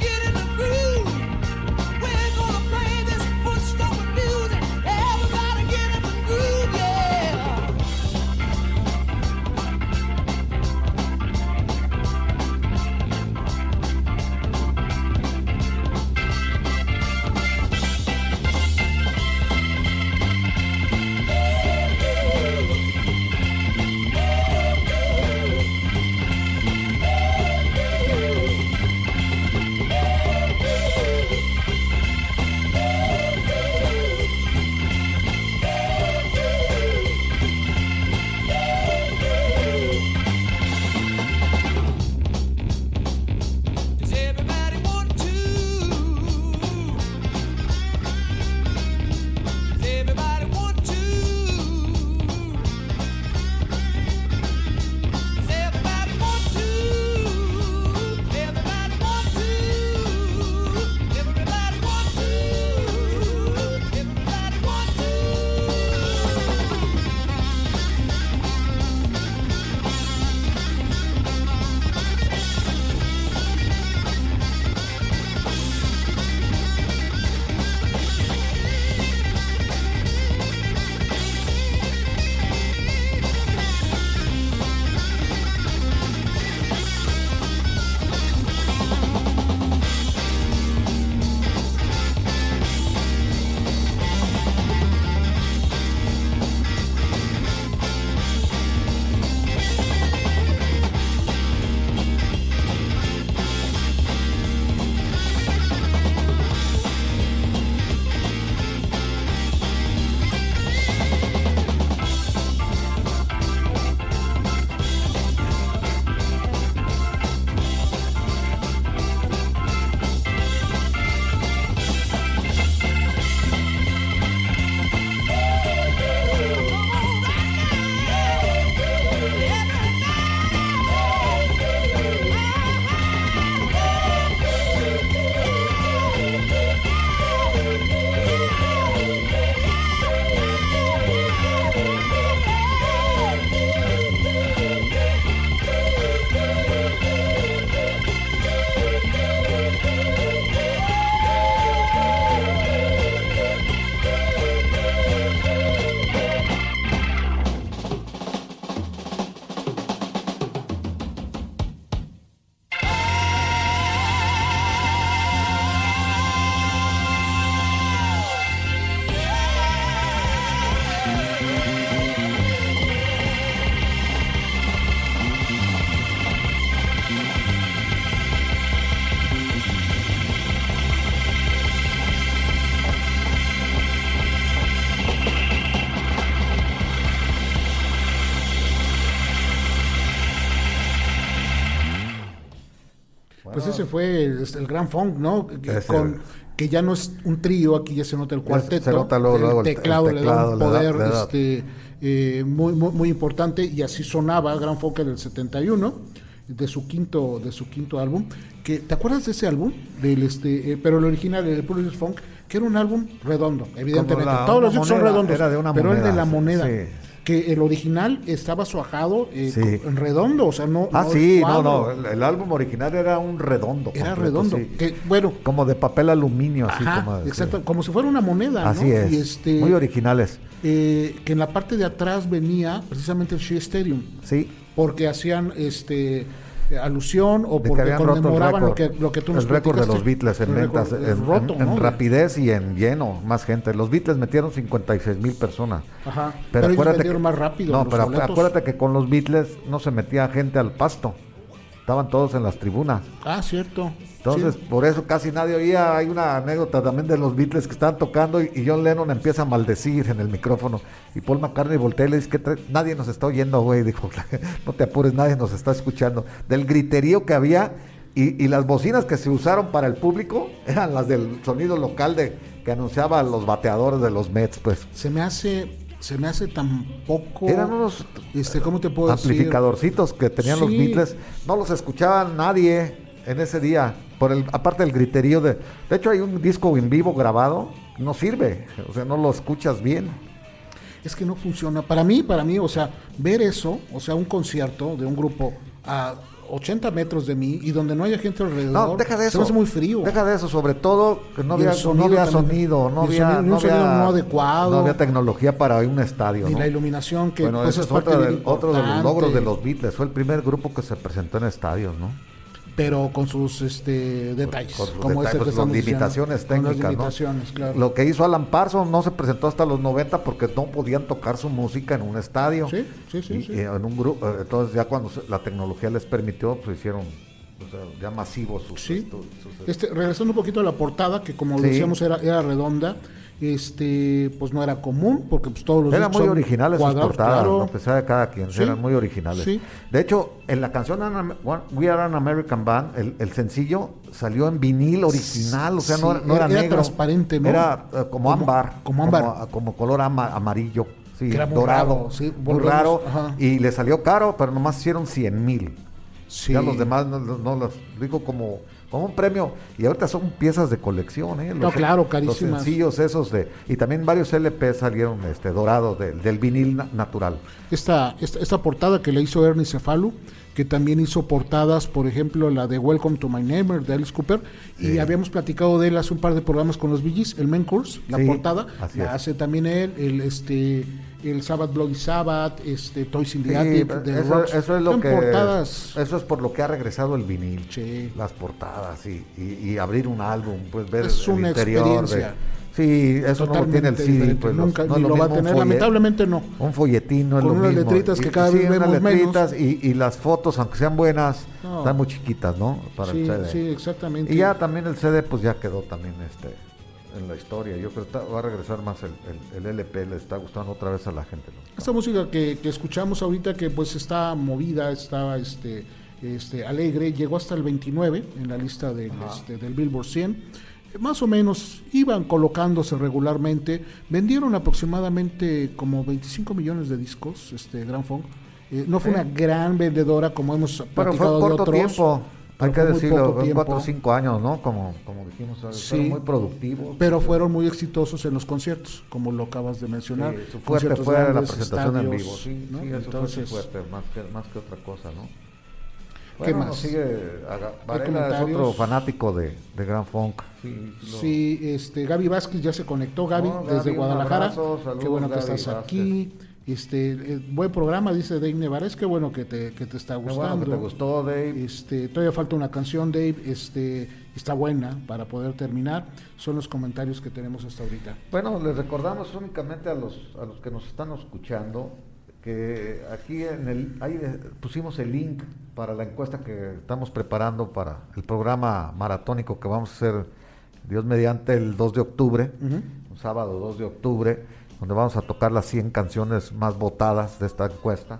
S3: Pues ese fue el Grand Funk, ¿no? Que ya no es un trío, aquí ya se nota el cuarteto.
S2: Se nota luego
S3: el teclado le da un poder muy importante, y así sonaba Grand Funk del 71, de su quinto álbum. Que, ¿te acuerdas de ese álbum? Pero el original, el Progressive Funk, que era un álbum redondo, evidentemente. Todos los discos son redondos, pero el de la moneda. Sí. Que el original estaba suajado en redondo, o sea, no.
S2: El álbum original era un redondo.
S3: Era completo, redondo,
S2: sí.
S3: que bueno.
S2: Como de papel aluminio, así
S3: como. Exacto, como si fuera una moneda,
S2: así ¿no? Es. Muy originales.
S3: Que en la parte de atrás venía precisamente el Shea Stadium.
S2: Sí.
S3: Porque hacían alusión o porque conmemoraban lo que tú nos
S2: platicaste. El récord de los Beatles en ventas, en rapidez y en lleno, más gente. Los Beatles metieron 56,000 personas.
S3: Ajá. Pero acuérdate vendieron más rápido.
S2: No, pero acuérdate que con los Beatles no se metía gente al pasto. Estaban todos en las tribunas.
S3: Ah, cierto.
S2: Entonces, por eso casi nadie oía. Hay una anécdota también de los Beatles que estaban tocando y John Lennon empieza a maldecir en el micrófono. Y Paul McCartney voltea y le dice que nadie nos está oyendo, güey. Dijo, no te apures, nadie nos está escuchando. Del griterío que había y las bocinas que se usaron para el público eran las del sonido local que anunciaba a los bateadores de los Mets, pues.
S3: Se me hace tan poco.
S2: Eran unos
S3: ¿cómo te puedo
S2: amplificadorcitos que tenían los Beatles. No los escuchaba nadie en ese día. Aparte del griterío de hecho hay un disco en vivo grabado, no sirve, o sea, no lo escuchas bien.
S3: Es que no funciona. Para mí, o sea, ver eso, o sea, un concierto de un grupo a 80 metros de mí y donde no haya gente alrededor,
S2: no, deja de eso,
S3: es muy frío.
S2: Deja de eso, sobre todo que no había sonido, no había
S3: no adecuado,
S2: no había tecnología para un estadio,
S3: y la iluminación que
S2: bueno,
S3: pues
S2: es otro de los logros de los Beatles, fue el primer grupo que se presentó en estadios, ¿no?
S3: Pero con sus detalles,
S2: como detalles, con limitaciones técnicas,
S3: claro.
S2: Lo que hizo Alan Parsons no se presentó hasta los 90 porque no podían tocar su música en un estadio.
S3: Sí.
S2: En un grupo, entonces ya cuando la tecnología les permitió, pues hicieron ya masivos sus
S3: regresando un poquito a la portada, que como decíamos era redonda. Pues no era común porque pues todos los
S2: eran muy originales sus portadas,
S3: claro.
S2: A pesar de cada quien, eran muy originales.
S3: Sí.
S2: De hecho, en la canción We Are an American Band, el sencillo salió en vinil original, o sea, no era negro,
S3: transparente, ¿no?
S2: Era como ámbar, como color amarillo, sí,
S3: era muy
S2: dorado,
S3: raro,
S2: muy raro, y le salió caro, pero nomás hicieron 100,000.
S3: Sí.
S2: Ya los demás no los digo como un premio, y ahorita son piezas de colección,
S3: claro, carísimas.
S2: Los sencillos esos y también varios LP salieron dorados del vinil natural.
S3: Esta portada que le hizo Ernie Cefalu, que también hizo portadas, por ejemplo, la de Welcome to My Neighbor de Alice Cooper, y habíamos platicado de él hace un par de programas con los Bee Gees, el Main Course, la portada, la hace también él, el Sabbath Bloody Sabbath, Toys in the Attic, de Rocks.
S2: Eso es lo que portadas. Eso es por lo que ha regresado el vinil, las portadas y abrir un álbum, pues ver
S3: es
S2: el
S3: una
S2: interior
S3: experiencia.
S2: Sí, eso
S3: totalmente
S2: no lo tiene el CD, pues
S3: nunca ni lo va a tener, lamentablemente no.
S2: Un folletín no es lo mismo.
S3: Con unas letritas que cada vez vemos menos.
S2: Y las fotos, aunque sean buenas, están muy chiquitas, ¿no? Para el CD.
S3: Sí, exactamente.
S2: Y ya también el CD, pues ya quedó también en la historia. Yo creo que va a regresar más el LP, le está gustando otra vez a la gente, ¿no?
S3: Esta música que escuchamos ahorita, que pues está movida, está alegre, llegó hasta el 29 en la lista del Billboard 100. Más o menos iban colocándose regularmente, vendieron aproximadamente como 25 millones de discos, Grand Funk. No fue una gran vendedora como hemos platicado de otros.
S2: Tiempo. Hay que decirlo, 4 o 5 años, ¿no? Como dijimos, fueron muy productivos.
S3: Pero fueron muy exitosos en los conciertos, como lo acabas de mencionar.
S2: Sí, su fuerte fue la presentación en vivo. Sí,
S3: ¿no?
S2: Entonces, fue fuerte, más que otra cosa, ¿no?
S3: ¿Qué más?
S2: Varela es otro fanático de Grand Funk.
S3: Gaby Vázquez ya se conectó, Gaby, desde Guadalajara.
S2: Saludos,
S3: qué bueno que
S2: Gaby
S3: estás aquí. Buen programa, dice Dave Nevares, qué bueno que te está gustando.
S2: Bueno que te gustó, Dave.
S3: Todavía falta una canción, Dave, está buena para poder terminar. Son los comentarios que tenemos hasta ahorita.
S2: Bueno, les recordamos únicamente a los que nos están escuchando que aquí ahí pusimos el link para la encuesta que estamos preparando para el programa maratónico que vamos a hacer, Dios mediante, el 2 de octubre, un sábado 2 de octubre, donde vamos a tocar las 100 canciones más votadas de esta encuesta.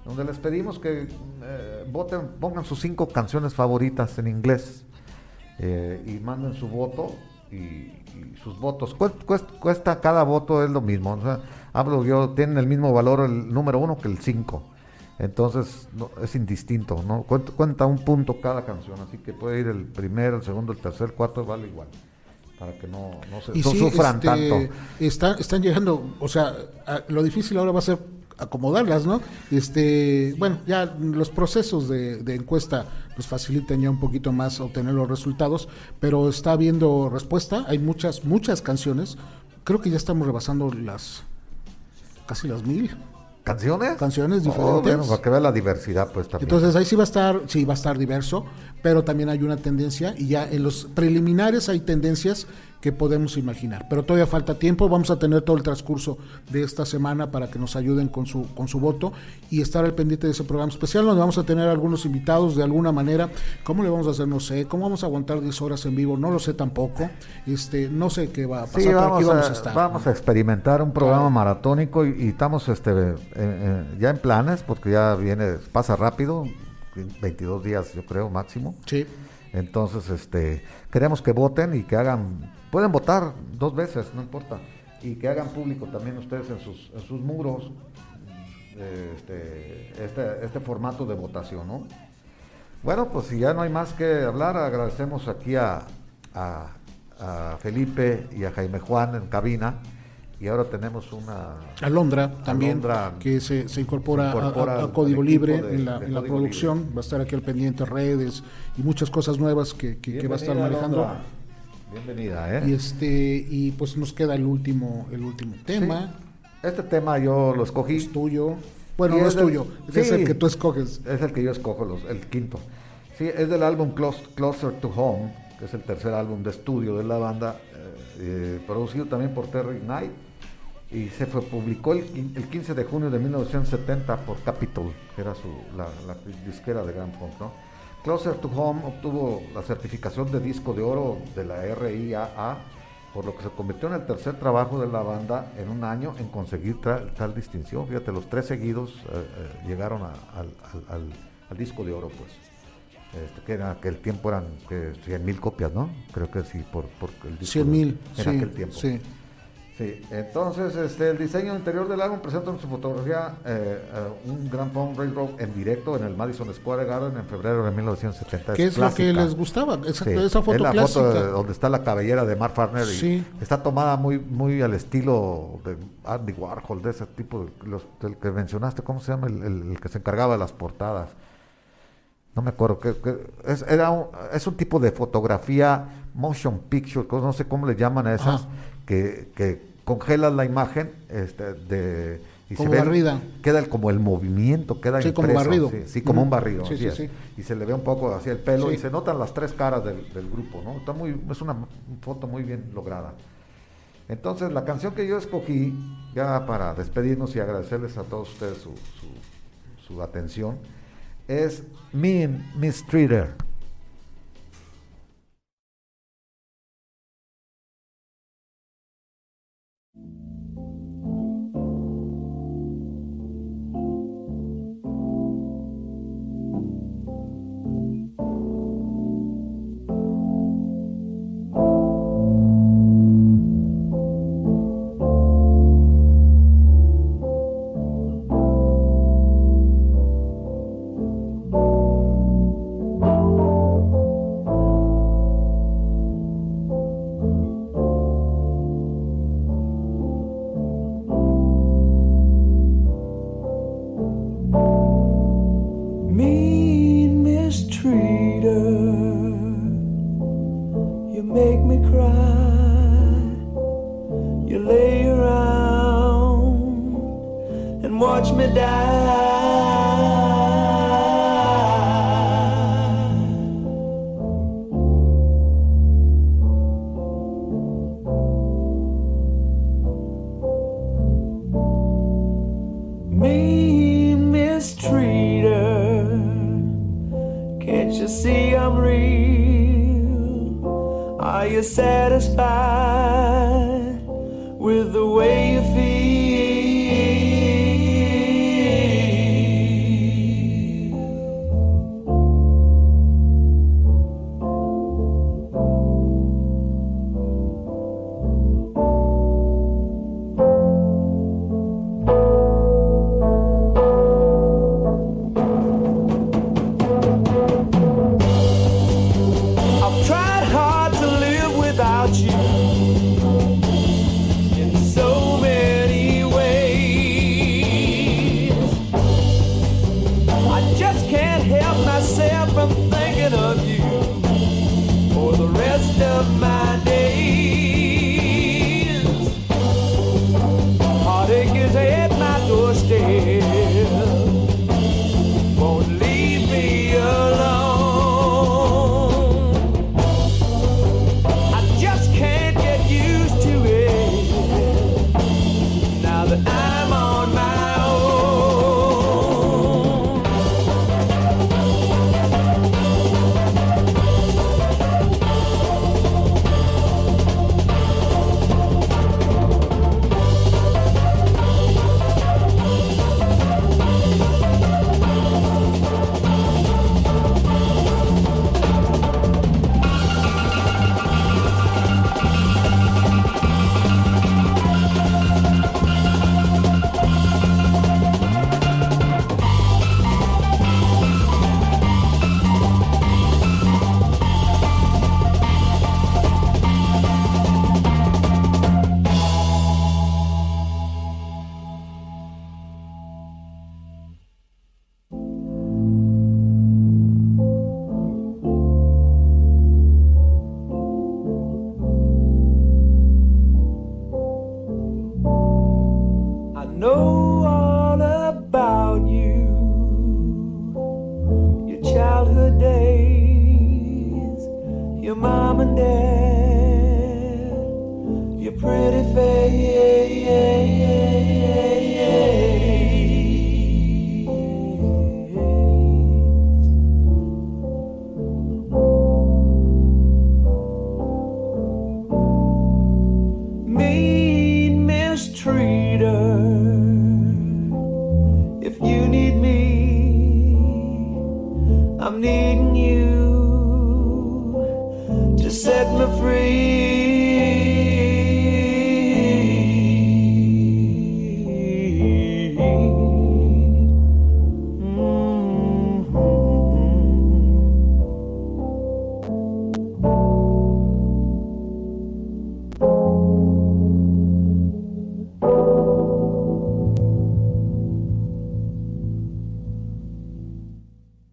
S2: donde les pedimos que voten, pongan sus 5 canciones favoritas en inglés y manden su voto y sus votos. Cuesta cada voto es lo mismo. O sea, tienen el mismo valor el número 1 que el 5. Entonces es indistinto, ¿no? Cuenta un punto cada canción, así que puede ir el primero, el segundo, el tercer, el cuarto, vale igual, para que no sufran tanto.
S3: Están llegando, o sea, lo difícil ahora va a ser acomodarlas, ¿no? Bueno, ya los procesos de encuesta nos facilitan ya un poquito más obtener los resultados, pero está habiendo respuesta, hay muchas canciones, creo que ya estamos rebasando casi las 1000 canciones diferentes.
S2: Bueno, para que vea la diversidad, pues también.
S3: Entonces ahí sí va a estar diverso, pero también hay una tendencia, y ya en los preliminares hay tendencias que podemos imaginar, pero todavía falta tiempo. Vamos a tener todo el transcurso de esta semana para que nos ayuden con su voto y estar al pendiente de ese programa especial, donde vamos a tener algunos invitados de alguna manera. ¿Cómo le vamos a hacer? No sé. ¿Cómo vamos a aguantar 10 horas en vivo? No lo sé tampoco. No sé qué va a pasar, pero aquí vamos a estar.
S2: Vamos a experimentar un programa maratónico y estamos ya en planes, porque ya pasa rápido, 22 días yo creo máximo.
S3: Sí.
S2: Entonces, queremos que voten y que pueden votar 2 veces, no importa, y que hagan público también ustedes en sus muros este formato de votación, ¿no? Bueno, pues si ya no hay más que hablar, agradecemos aquí a Felipe y a Jaime Juan en cabina, y ahora tenemos
S3: Alondra también, que se incorpora a Código Libre en la producción. Libre. Va a estar aquí al pendiente, redes y muchas cosas nuevas que va a estar manejando.
S2: Alondra. Bienvenida,
S3: y pues nos queda el último tema.
S2: Sí. Este tema yo lo escogí.
S3: Es tuyo. Bueno, no es tuyo, es el que tú escoges.
S2: Es el que yo escojo, el quinto. Sí, es del álbum Closer to Home, que es el tercer álbum de estudio de la banda, producido también por Terry Knight, y publicó el 15 de junio de 1970 por Capitol, que era la disquera de Grand Funk, ¿no? Closer to Home obtuvo la certificación de disco de oro de la RIAA, por lo que se convirtió en el tercer trabajo de la banda en un año en conseguir tal distinción. Fíjate, los 3 seguidos llegaron al disco de oro, pues. Que en aquel tiempo eran 100,000 copias, ¿no? Creo que sí, por el disco
S3: 100,000
S2: en aquel tiempo.
S3: Sí.
S2: Entonces el diseño interior del álbum presenta en su fotografía un Grand Funk Railroad en directo en el Madison Square Garden en febrero de 1970.
S3: ¿Qué es clásica. Lo que les gustaba? Esa foto
S2: es la
S3: clásica.
S2: Foto donde está la cabellera de Mark Farner, y está tomada muy, muy al estilo de Andy Warhol, de ese tipo, del que mencionaste. ¿Cómo se llama? El que se encargaba de las portadas. No me acuerdo, es un tipo de fotografía motion picture, no sé cómo le llaman a esas, que congelan la imagen y
S3: como
S2: se ve,
S3: barrida.
S2: Queda como el movimiento, queda impreso.
S3: Como barrido.
S2: Sí, como un barrido.
S3: Sí.
S2: Y se le ve un poco así el pelo y se notan las 3 caras del grupo, ¿no? Es una foto muy bien lograda. Entonces, la canción que yo escogí, ya para despedirnos y agradecerles a todos ustedes su atención, es Mean Mistreater.
S4: know all about you, your childhood days, your mom and dad, your pretty face. Mean mistreater, if you need me, I'm needing you to set me free.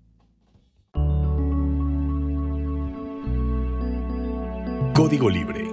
S1: Código Libre.